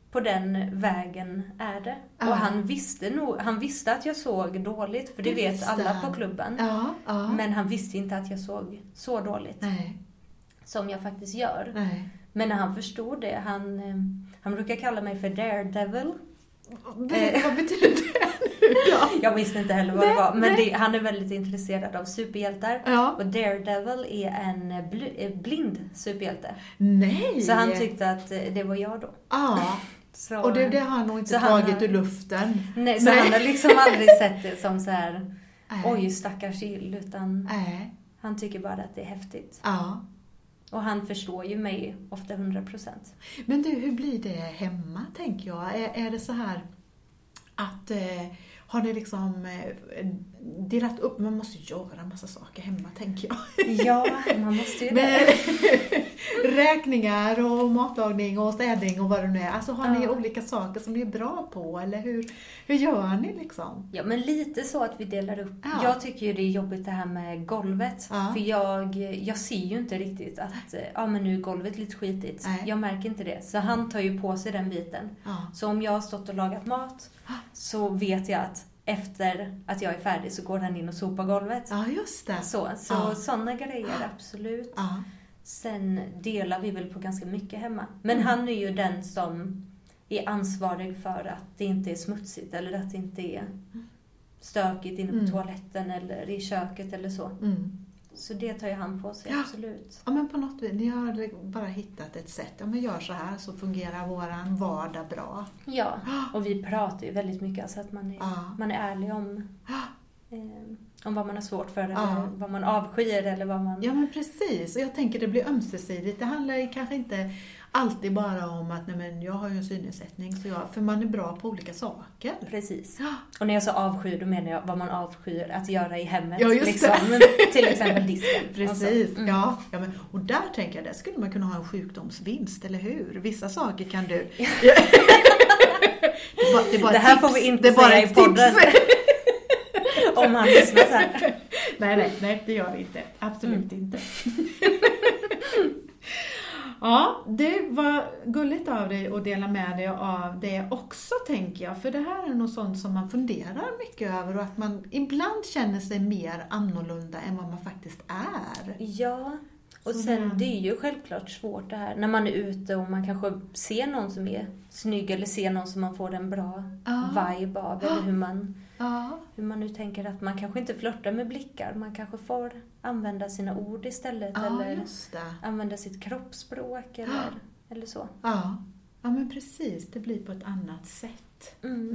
S2: på den vägen är det. Och han visste att jag såg dåligt, för det vet alla på klubben. Men han visste inte att jag såg så dåligt.
S1: Nej.
S2: Som jag faktiskt gör.
S1: Nej.
S2: Men när han förstod det, han brukar kalla mig för Daredevil.
S1: Vad betyder det?
S2: Jag visste inte heller vad det var. Men han är väldigt intresserad av superhjältar.
S1: Ja.
S2: Och Daredevil är en blind superhjälte.
S1: Nej!
S2: Så han tyckte att det var jag då.
S1: Ja.
S2: Så,
S1: och det har han nog inte tagit ur luften.
S2: Nej, så han har liksom aldrig sett det som så här, oj stackars Jill, utan han tycker bara att det är häftigt.
S1: Ja.
S2: Och han förstår ju mig ofta 100%.
S1: Men du, hur blir det hemma, tänker jag? Är det så här att har ni liksom delat upp? Man måste göra en massa saker hemma, tänker jag.
S2: Ja, man måste ju det.
S1: Räkningar och matlagning och städning och vad det nu är. Alltså har ni olika saker som ni är bra på? Eller hur gör ni liksom?
S2: Ja, men lite så att vi delar upp.
S1: Ja.
S2: Jag tycker ju det är jobbigt det här med golvet.
S1: Ja.
S2: För jag ser ju inte riktigt att men nu är golvet lite skitigt.
S1: Nej.
S2: Jag märker inte det. Så han tar ju på sig den biten.
S1: Ja.
S2: Så om jag har stått och lagat mat så vet jag att efter att jag är färdig så går han in och sopar golvet.
S1: Ja, just det.
S2: Så sådana grejer, absolut.
S1: Ja.
S2: Sen delar vi väl på ganska mycket hemma. Men han är ju den som är ansvarig för att det inte är smutsigt. Eller att det inte är stökigt inne på toaletten eller i köket eller så. Så det tar ju han på sig, absolut.
S1: Ja, men på något vis, ni har bara hittat ett sätt. Ja, men gör så här så fungerar våran vardag bra.
S2: Ja, och vi pratar ju väldigt mycket. Alltså att man är ärlig om vad man har svårt för eller vad man avskyr eller vad man...
S1: Ja, men precis. Och jag tänker det blir ömsesidigt. Det handlar ju kanske inte alltid bara om att nej, men jag har ju en synnedsättning för man är bra på olika saker.
S2: Precis. Och när jag så avskyr, då menar jag vad man avskyr att göra i hemmet.
S1: Ja, just
S2: liksom. Till exempel disken.
S1: Precis. Ja, men, och där tänker jag, där skulle man kunna ha en sjukdomsvinst, eller hur? Vissa saker kan du...
S2: det här får vi inte säga i podden. Om han lyssnar så här.
S1: Nej, det gör vi inte. Absolut inte. Ja, det var gulligt av dig att dela med dig av det också, tänker jag. För det här är nog sånt som man funderar mycket över och att man ibland känner sig mer annorlunda än vad man faktiskt är.
S2: Ja, och sen det är ju självklart svårt det här när man är ute och man kanske ser någon som är snygg eller ser någon som man får en bra vibe av eller hur man nu tänker att man kanske inte flörtar med blickar. Man kanske får använda sina ord istället eller använda sitt kroppsspråk eller så.
S1: Ja, men precis. Det blir på ett annat sätt.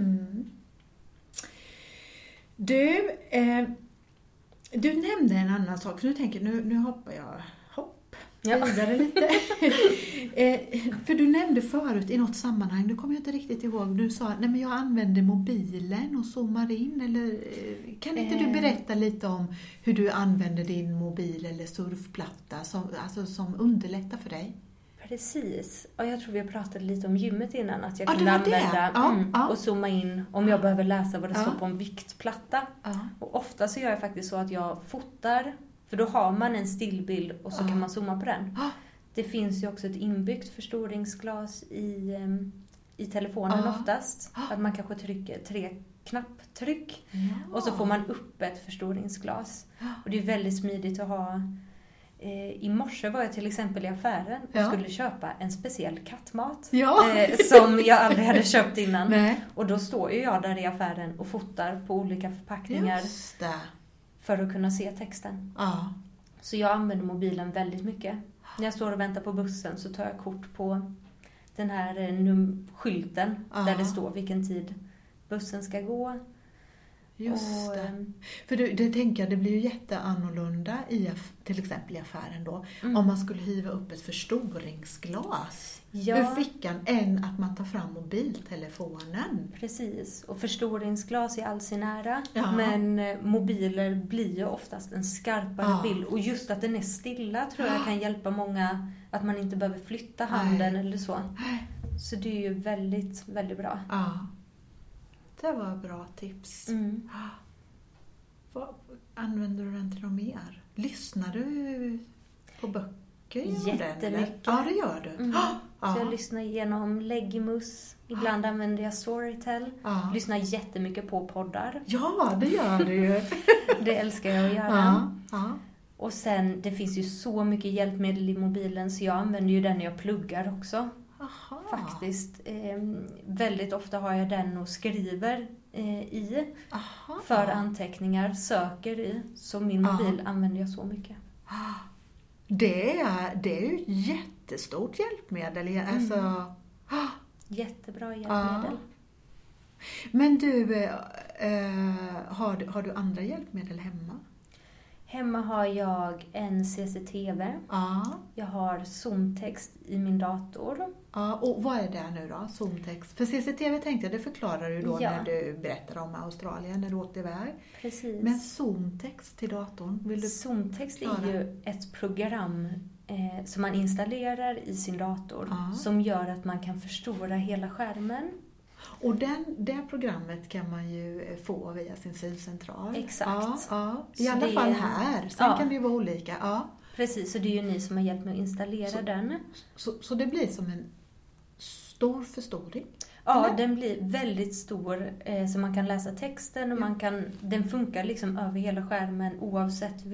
S1: Du nämnde en annan sak. För nu tänker nu hoppar jag vidare lite. För du nämnde förut i något sammanhang, nu kommer jag inte riktigt ihåg, du sa, nej men jag använder mobilen och zoomar in, eller kan inte du berätta lite om hur du använder din mobil eller surfplatta som underlättar för dig?
S2: Precis, och jag tror vi har pratat lite om gymmet innan, att jag kan använda och zooma in om jag behöver läsa vad det står på en viktplatta. Och ofta så gör jag faktiskt så att jag fotar. För då har man en stillbild och så kan man zooma på den. Det finns ju också ett inbyggt förstoringsglas i telefonen oftast. Att man kanske trycker 3 knapptryck. Och så får man upp ett förstoringsglas. Och det är väldigt smidigt att ha. I morse var jag till exempel i affären och skulle köpa en speciell kattmat. Som jag aldrig hade köpt innan. Och då står ju jag där i affären och fotar på olika förpackningar.
S1: Just det.
S2: För att kunna se texten. Så jag använder mobilen väldigt mycket. När jag står och väntar på bussen så tar jag kort på den här skylten. Där det står vilken tid bussen ska gå.
S1: Just det. För det tänker jag, det blir ju jätteannorlunda till exempel i affären då. Om man skulle hiva upp ett förstoringsglas ur fickan än att man tar fram mobiltelefonen.
S2: Precis, och förstoringsglas i all sin ära. Men mobiler blir ju oftast en skarpare bild. Och just att den är stilla tror jag kan hjälpa många. Att man inte behöver flytta handen eller så. Så det är ju väldigt, väldigt bra.
S1: Det var bra tips. Vad använder du den till något mer? Lyssnar du på böcker?
S2: Jättemycket.
S1: Ja, det gör du.
S2: Så jag lyssnar igenom Leggimus. Ibland använder jag Storytel. Lyssnar jättemycket på poddar.
S1: Ja, det gör du ju.
S2: Det älskar jag att göra. Och sen, det finns ju så mycket hjälpmedel i mobilen så jag använder ju den när jag pluggar också.
S1: Aha.
S2: Faktiskt. Väldigt ofta har jag den och skriver i.
S1: Aha.
S2: För anteckningar, söker i. Så min mobil använder jag så mycket.
S1: Det är ju ett jättestort hjälpmedel. Alltså,
S2: Jättebra hjälpmedel.
S1: Men du, har du andra hjälpmedel hemma?
S2: Hemma har jag en CCTV. Jag har Zoomtext i min dator.
S1: Och vad är det nu då, Zoomtext? För CCTV tänkte jag, det förklarar du då när du berättar om Australien, när du åkte iväg.
S2: Precis.
S1: Men Zoomtext till datorn, vill du
S2: Zoomtext är ju ett program som man installerar i sin dator som gör att man kan förstora hela skärmen.
S1: Och det programmet kan man ju få via sin syncentral.
S2: Exakt.
S1: I alla fall här. Sen kan det ju vara olika.
S2: Precis, så det är ju ni som har hjälpt mig att installera den.
S1: Så det blir som en stor förstoring?
S2: Ja, den blir väldigt stor så man kan läsa texten och den funkar liksom över hela skärmen oavsett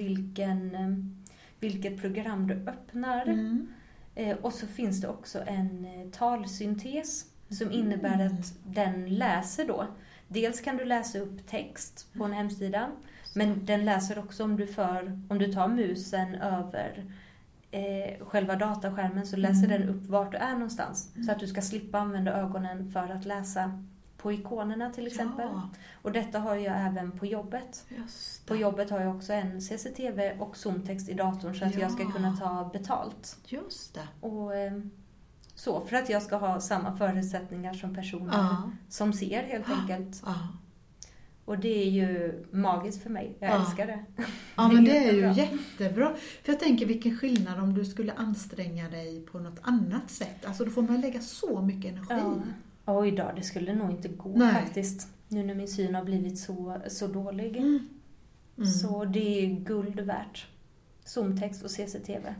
S2: vilket program du öppnar. Och så finns det också en talsyntes som innebär att den läser då. Dels kan du läsa upp text på en hemsida, men den läser också om du tar musen över själva dataskärmen så läser den upp vart du är någonstans. Så att du ska slippa använda ögonen för att läsa på ikonerna till exempel. Och detta har jag även på jobbet. På jobbet har jag också en CCTV och Zoomtext i datorn så att jag ska kunna ta betalt.
S1: Just det.
S2: Och så, för att jag ska ha samma förutsättningar som personer som ser helt enkelt. Och det är ju magiskt för mig. Jag älskar det.
S1: Ja, men det är ju jättebra. För jag tänker vilken skillnad om du skulle anstränga dig på något annat sätt. Alltså då får man lägga så mycket energi.
S2: Oj då, det skulle nog inte gå faktiskt. Nu när min syn har blivit så dålig. Så det är guld värt. Zoomtext och CCTV.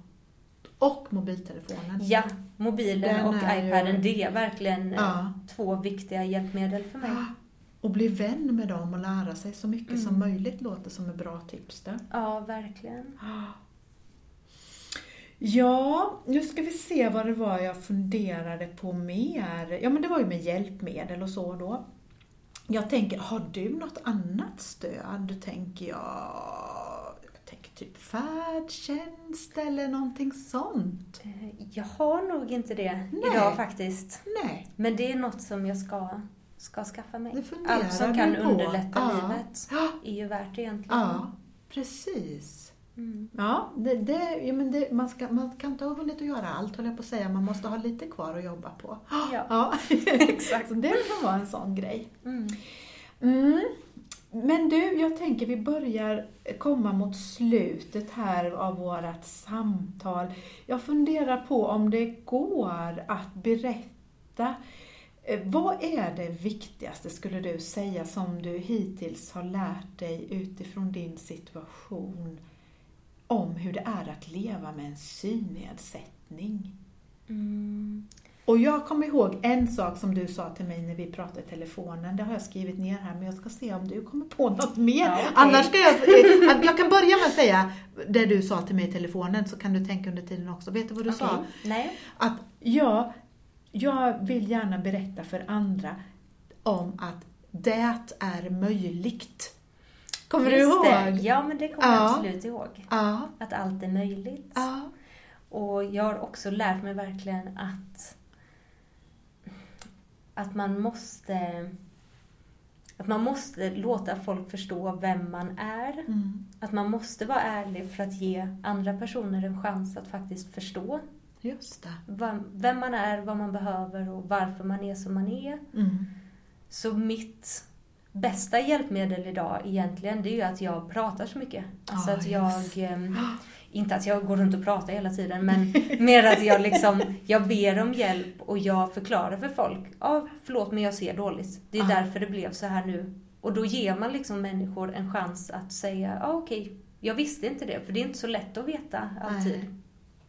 S1: Och mobiltelefonen.
S2: Ja, mobilen och iPaden. Det är verkligen 2 viktiga hjälpmedel för mig.
S1: Och bli vän med dem och lära sig så mycket som möjligt låter som ett bra tips där.
S2: Ja, verkligen.
S1: Ja, nu ska vi se vad det var jag funderade på mer. Ja, men det var ju med hjälpmedel och så då. Jag tänker, har du något annat stöd? Tänker typ färdtjänst eller någonting sånt.
S2: Jag har nog inte det idag faktiskt.
S1: Nej.
S2: Men det är något som jag ska skaffa mig.
S1: Allt
S2: som kan underlätta livet är ju värt det egentligen.
S1: Ja, precis. Ja, man kan inte ha hunnit att göra allt, håller jag på att säga. Man måste ha lite kvar att jobba på. Ja. Exakt. Så det kan vara en sån grej. Men du, jag tänker vi börjar komma mot slutet här av vårat samtal. Jag funderar på om det går att berätta. Vad är det viktigaste skulle du säga som du hittills har lärt dig utifrån din situation om hur det är att leva med en synnedsättning? Och jag kommer ihåg en sak som du sa till mig när vi pratade i telefonen. Det har jag skrivit ner här, men jag ska se om du kommer på något mer. Ja, okay. Annars ska jag kan börja med att säga det du sa till mig i telefonen, så kan du tänka under tiden också. Vet du vad du sa?
S2: Nej.
S1: Att jag vill gärna berätta för andra om att det är möjligt. Kommer du ihåg?
S2: Ja, men det kommer jag absolut ihåg. Att allt är möjligt. Och jag har också lärt mig verkligen att man måste låta folk förstå vem man är. Att man måste vara ärlig för att ge andra personer en chans att faktiskt förstå.
S1: Just det.
S2: Vem man är, vad man behöver och varför man är som man är. Så mitt bästa hjälpmedel idag egentligen, det är ju att jag pratar så mycket. Alltså att inte att jag går runt och pratar hela tiden, men mer att jag ber om hjälp och jag förklarar för folk. Förlåt, men jag ser dåligt. Det är därför det blev så här nu. Och då ger man liksom människor en chans att säga, okej, jag visste inte det. För det är inte så lätt att veta alltid.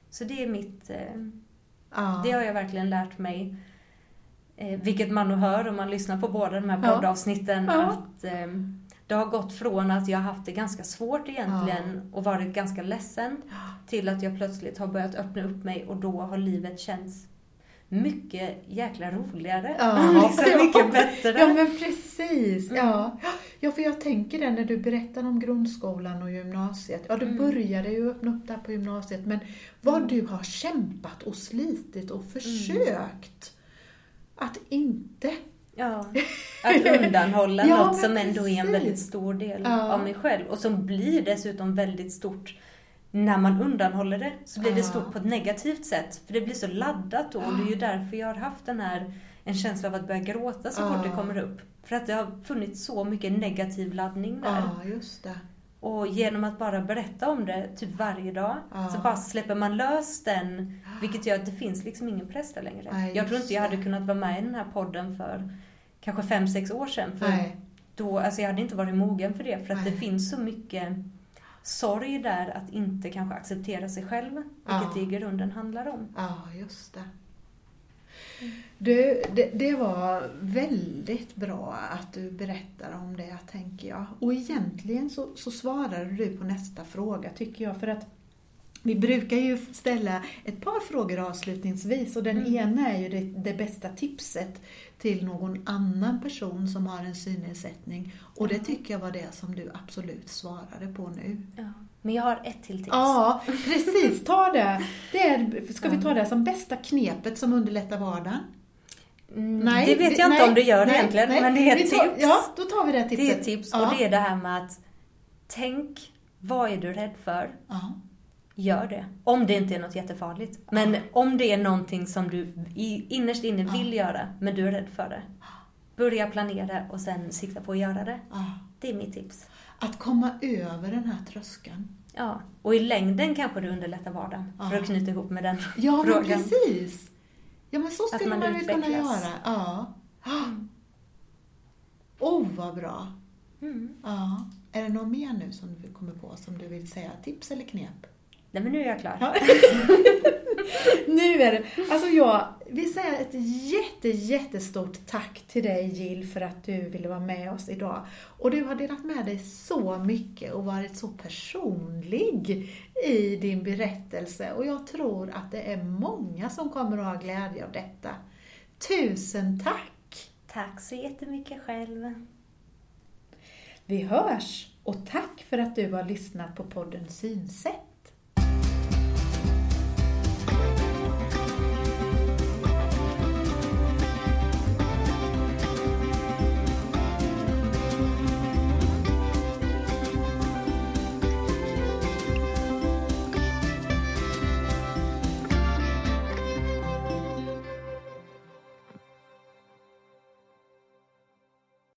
S2: Så det är mitt... Det har jag verkligen lärt mig. Vilket man nog hör om man lyssnar på båda de här poddavsnitten. Att det har gått från att jag har haft det ganska svårt egentligen och varit ganska ledsen. Till att jag plötsligt har börjat öppna upp mig och då har livet känts mycket jäkla roligare. Liksom mycket bättre.
S1: Ja, men precis. Ja, för jag tänker det när du berättar om grundskolan och gymnasiet. Ja, du började ju öppna upp där på gymnasiet. Men vad du har kämpat och slitit och försökt att inte...
S2: Ja, att undanhålla något som ändå är en väldigt stor del av mig själv. Och som blir dessutom väldigt stort. När man undanhåller det så blir det stort på ett negativt sätt. För det blir så laddat då. Och det är ju därför jag har haft en känsla av att börja gråta så fort det kommer upp. För att det har funnits så mycket negativ laddning där.
S1: Ja, just det.
S2: Och genom att bara berätta om det typ varje dag så bara släpper man lös den. Vilket gör att det finns liksom ingen press där längre. Jag tror inte jag hade kunnat vara med i den här podden för kanske 5-6 år sedan. För då, alltså jag hade inte varit mogen för det. För att det finns så mycket sorg där att inte kanske acceptera sig själv. Vilket det i grunden handlar om.
S1: Ja, just det. Det var väldigt bra att du berättar om det, tänker jag. Och egentligen så svarade du på nästa fråga, tycker jag. För att vi brukar ju ställa ett par frågor avslutningsvis. Och den ena är ju det bästa tipset till någon annan person som har en synnedsättning. Och det tycker jag var det som du absolut svarade på nu.
S2: Ja. Men jag har ett till tips.
S1: Ja, precis. Ta det. Ska vi ta det som bästa knepet som underlättar vardagen?
S2: Nej, det vet jag inte om du gör egentligen. Men det är ett tips.
S1: Ja, då tar vi det tipset.
S2: Det är ett tips. Och det är det här med att tänk, vad är du rädd för? Gör det. Om det inte är något jättefarligt. Men om det är någonting som du innerst inne vill göra, men du är rädd för det. Börja planera och sen sikta på att göra det. Det är mitt tips.
S1: Att komma över den här tröskeln.
S2: Ja, och i längden kanske du underlättar vardagen. För att knyta ihop med den
S1: frågan.
S2: Men
S1: precis. Ja, men så skulle man väl kunna göra. Ja. Vad bra. Ja. Är det något mer nu som du kommer på som du vill säga? Tips eller knep?
S2: Nej, men nu är jag klar.
S1: Ja. Nu är det. Alltså jag vill säga ett jättestort tack till dig, Jill, för att du ville vara med oss idag. Och du har delat med dig så mycket och varit så personlig i din berättelse. Och jag tror att det är många som kommer att ha glädje av detta. Tusen tack!
S2: Tack så jättemycket själv.
S1: Vi hörs, och tack för att du har lyssnat på podden Synsätt.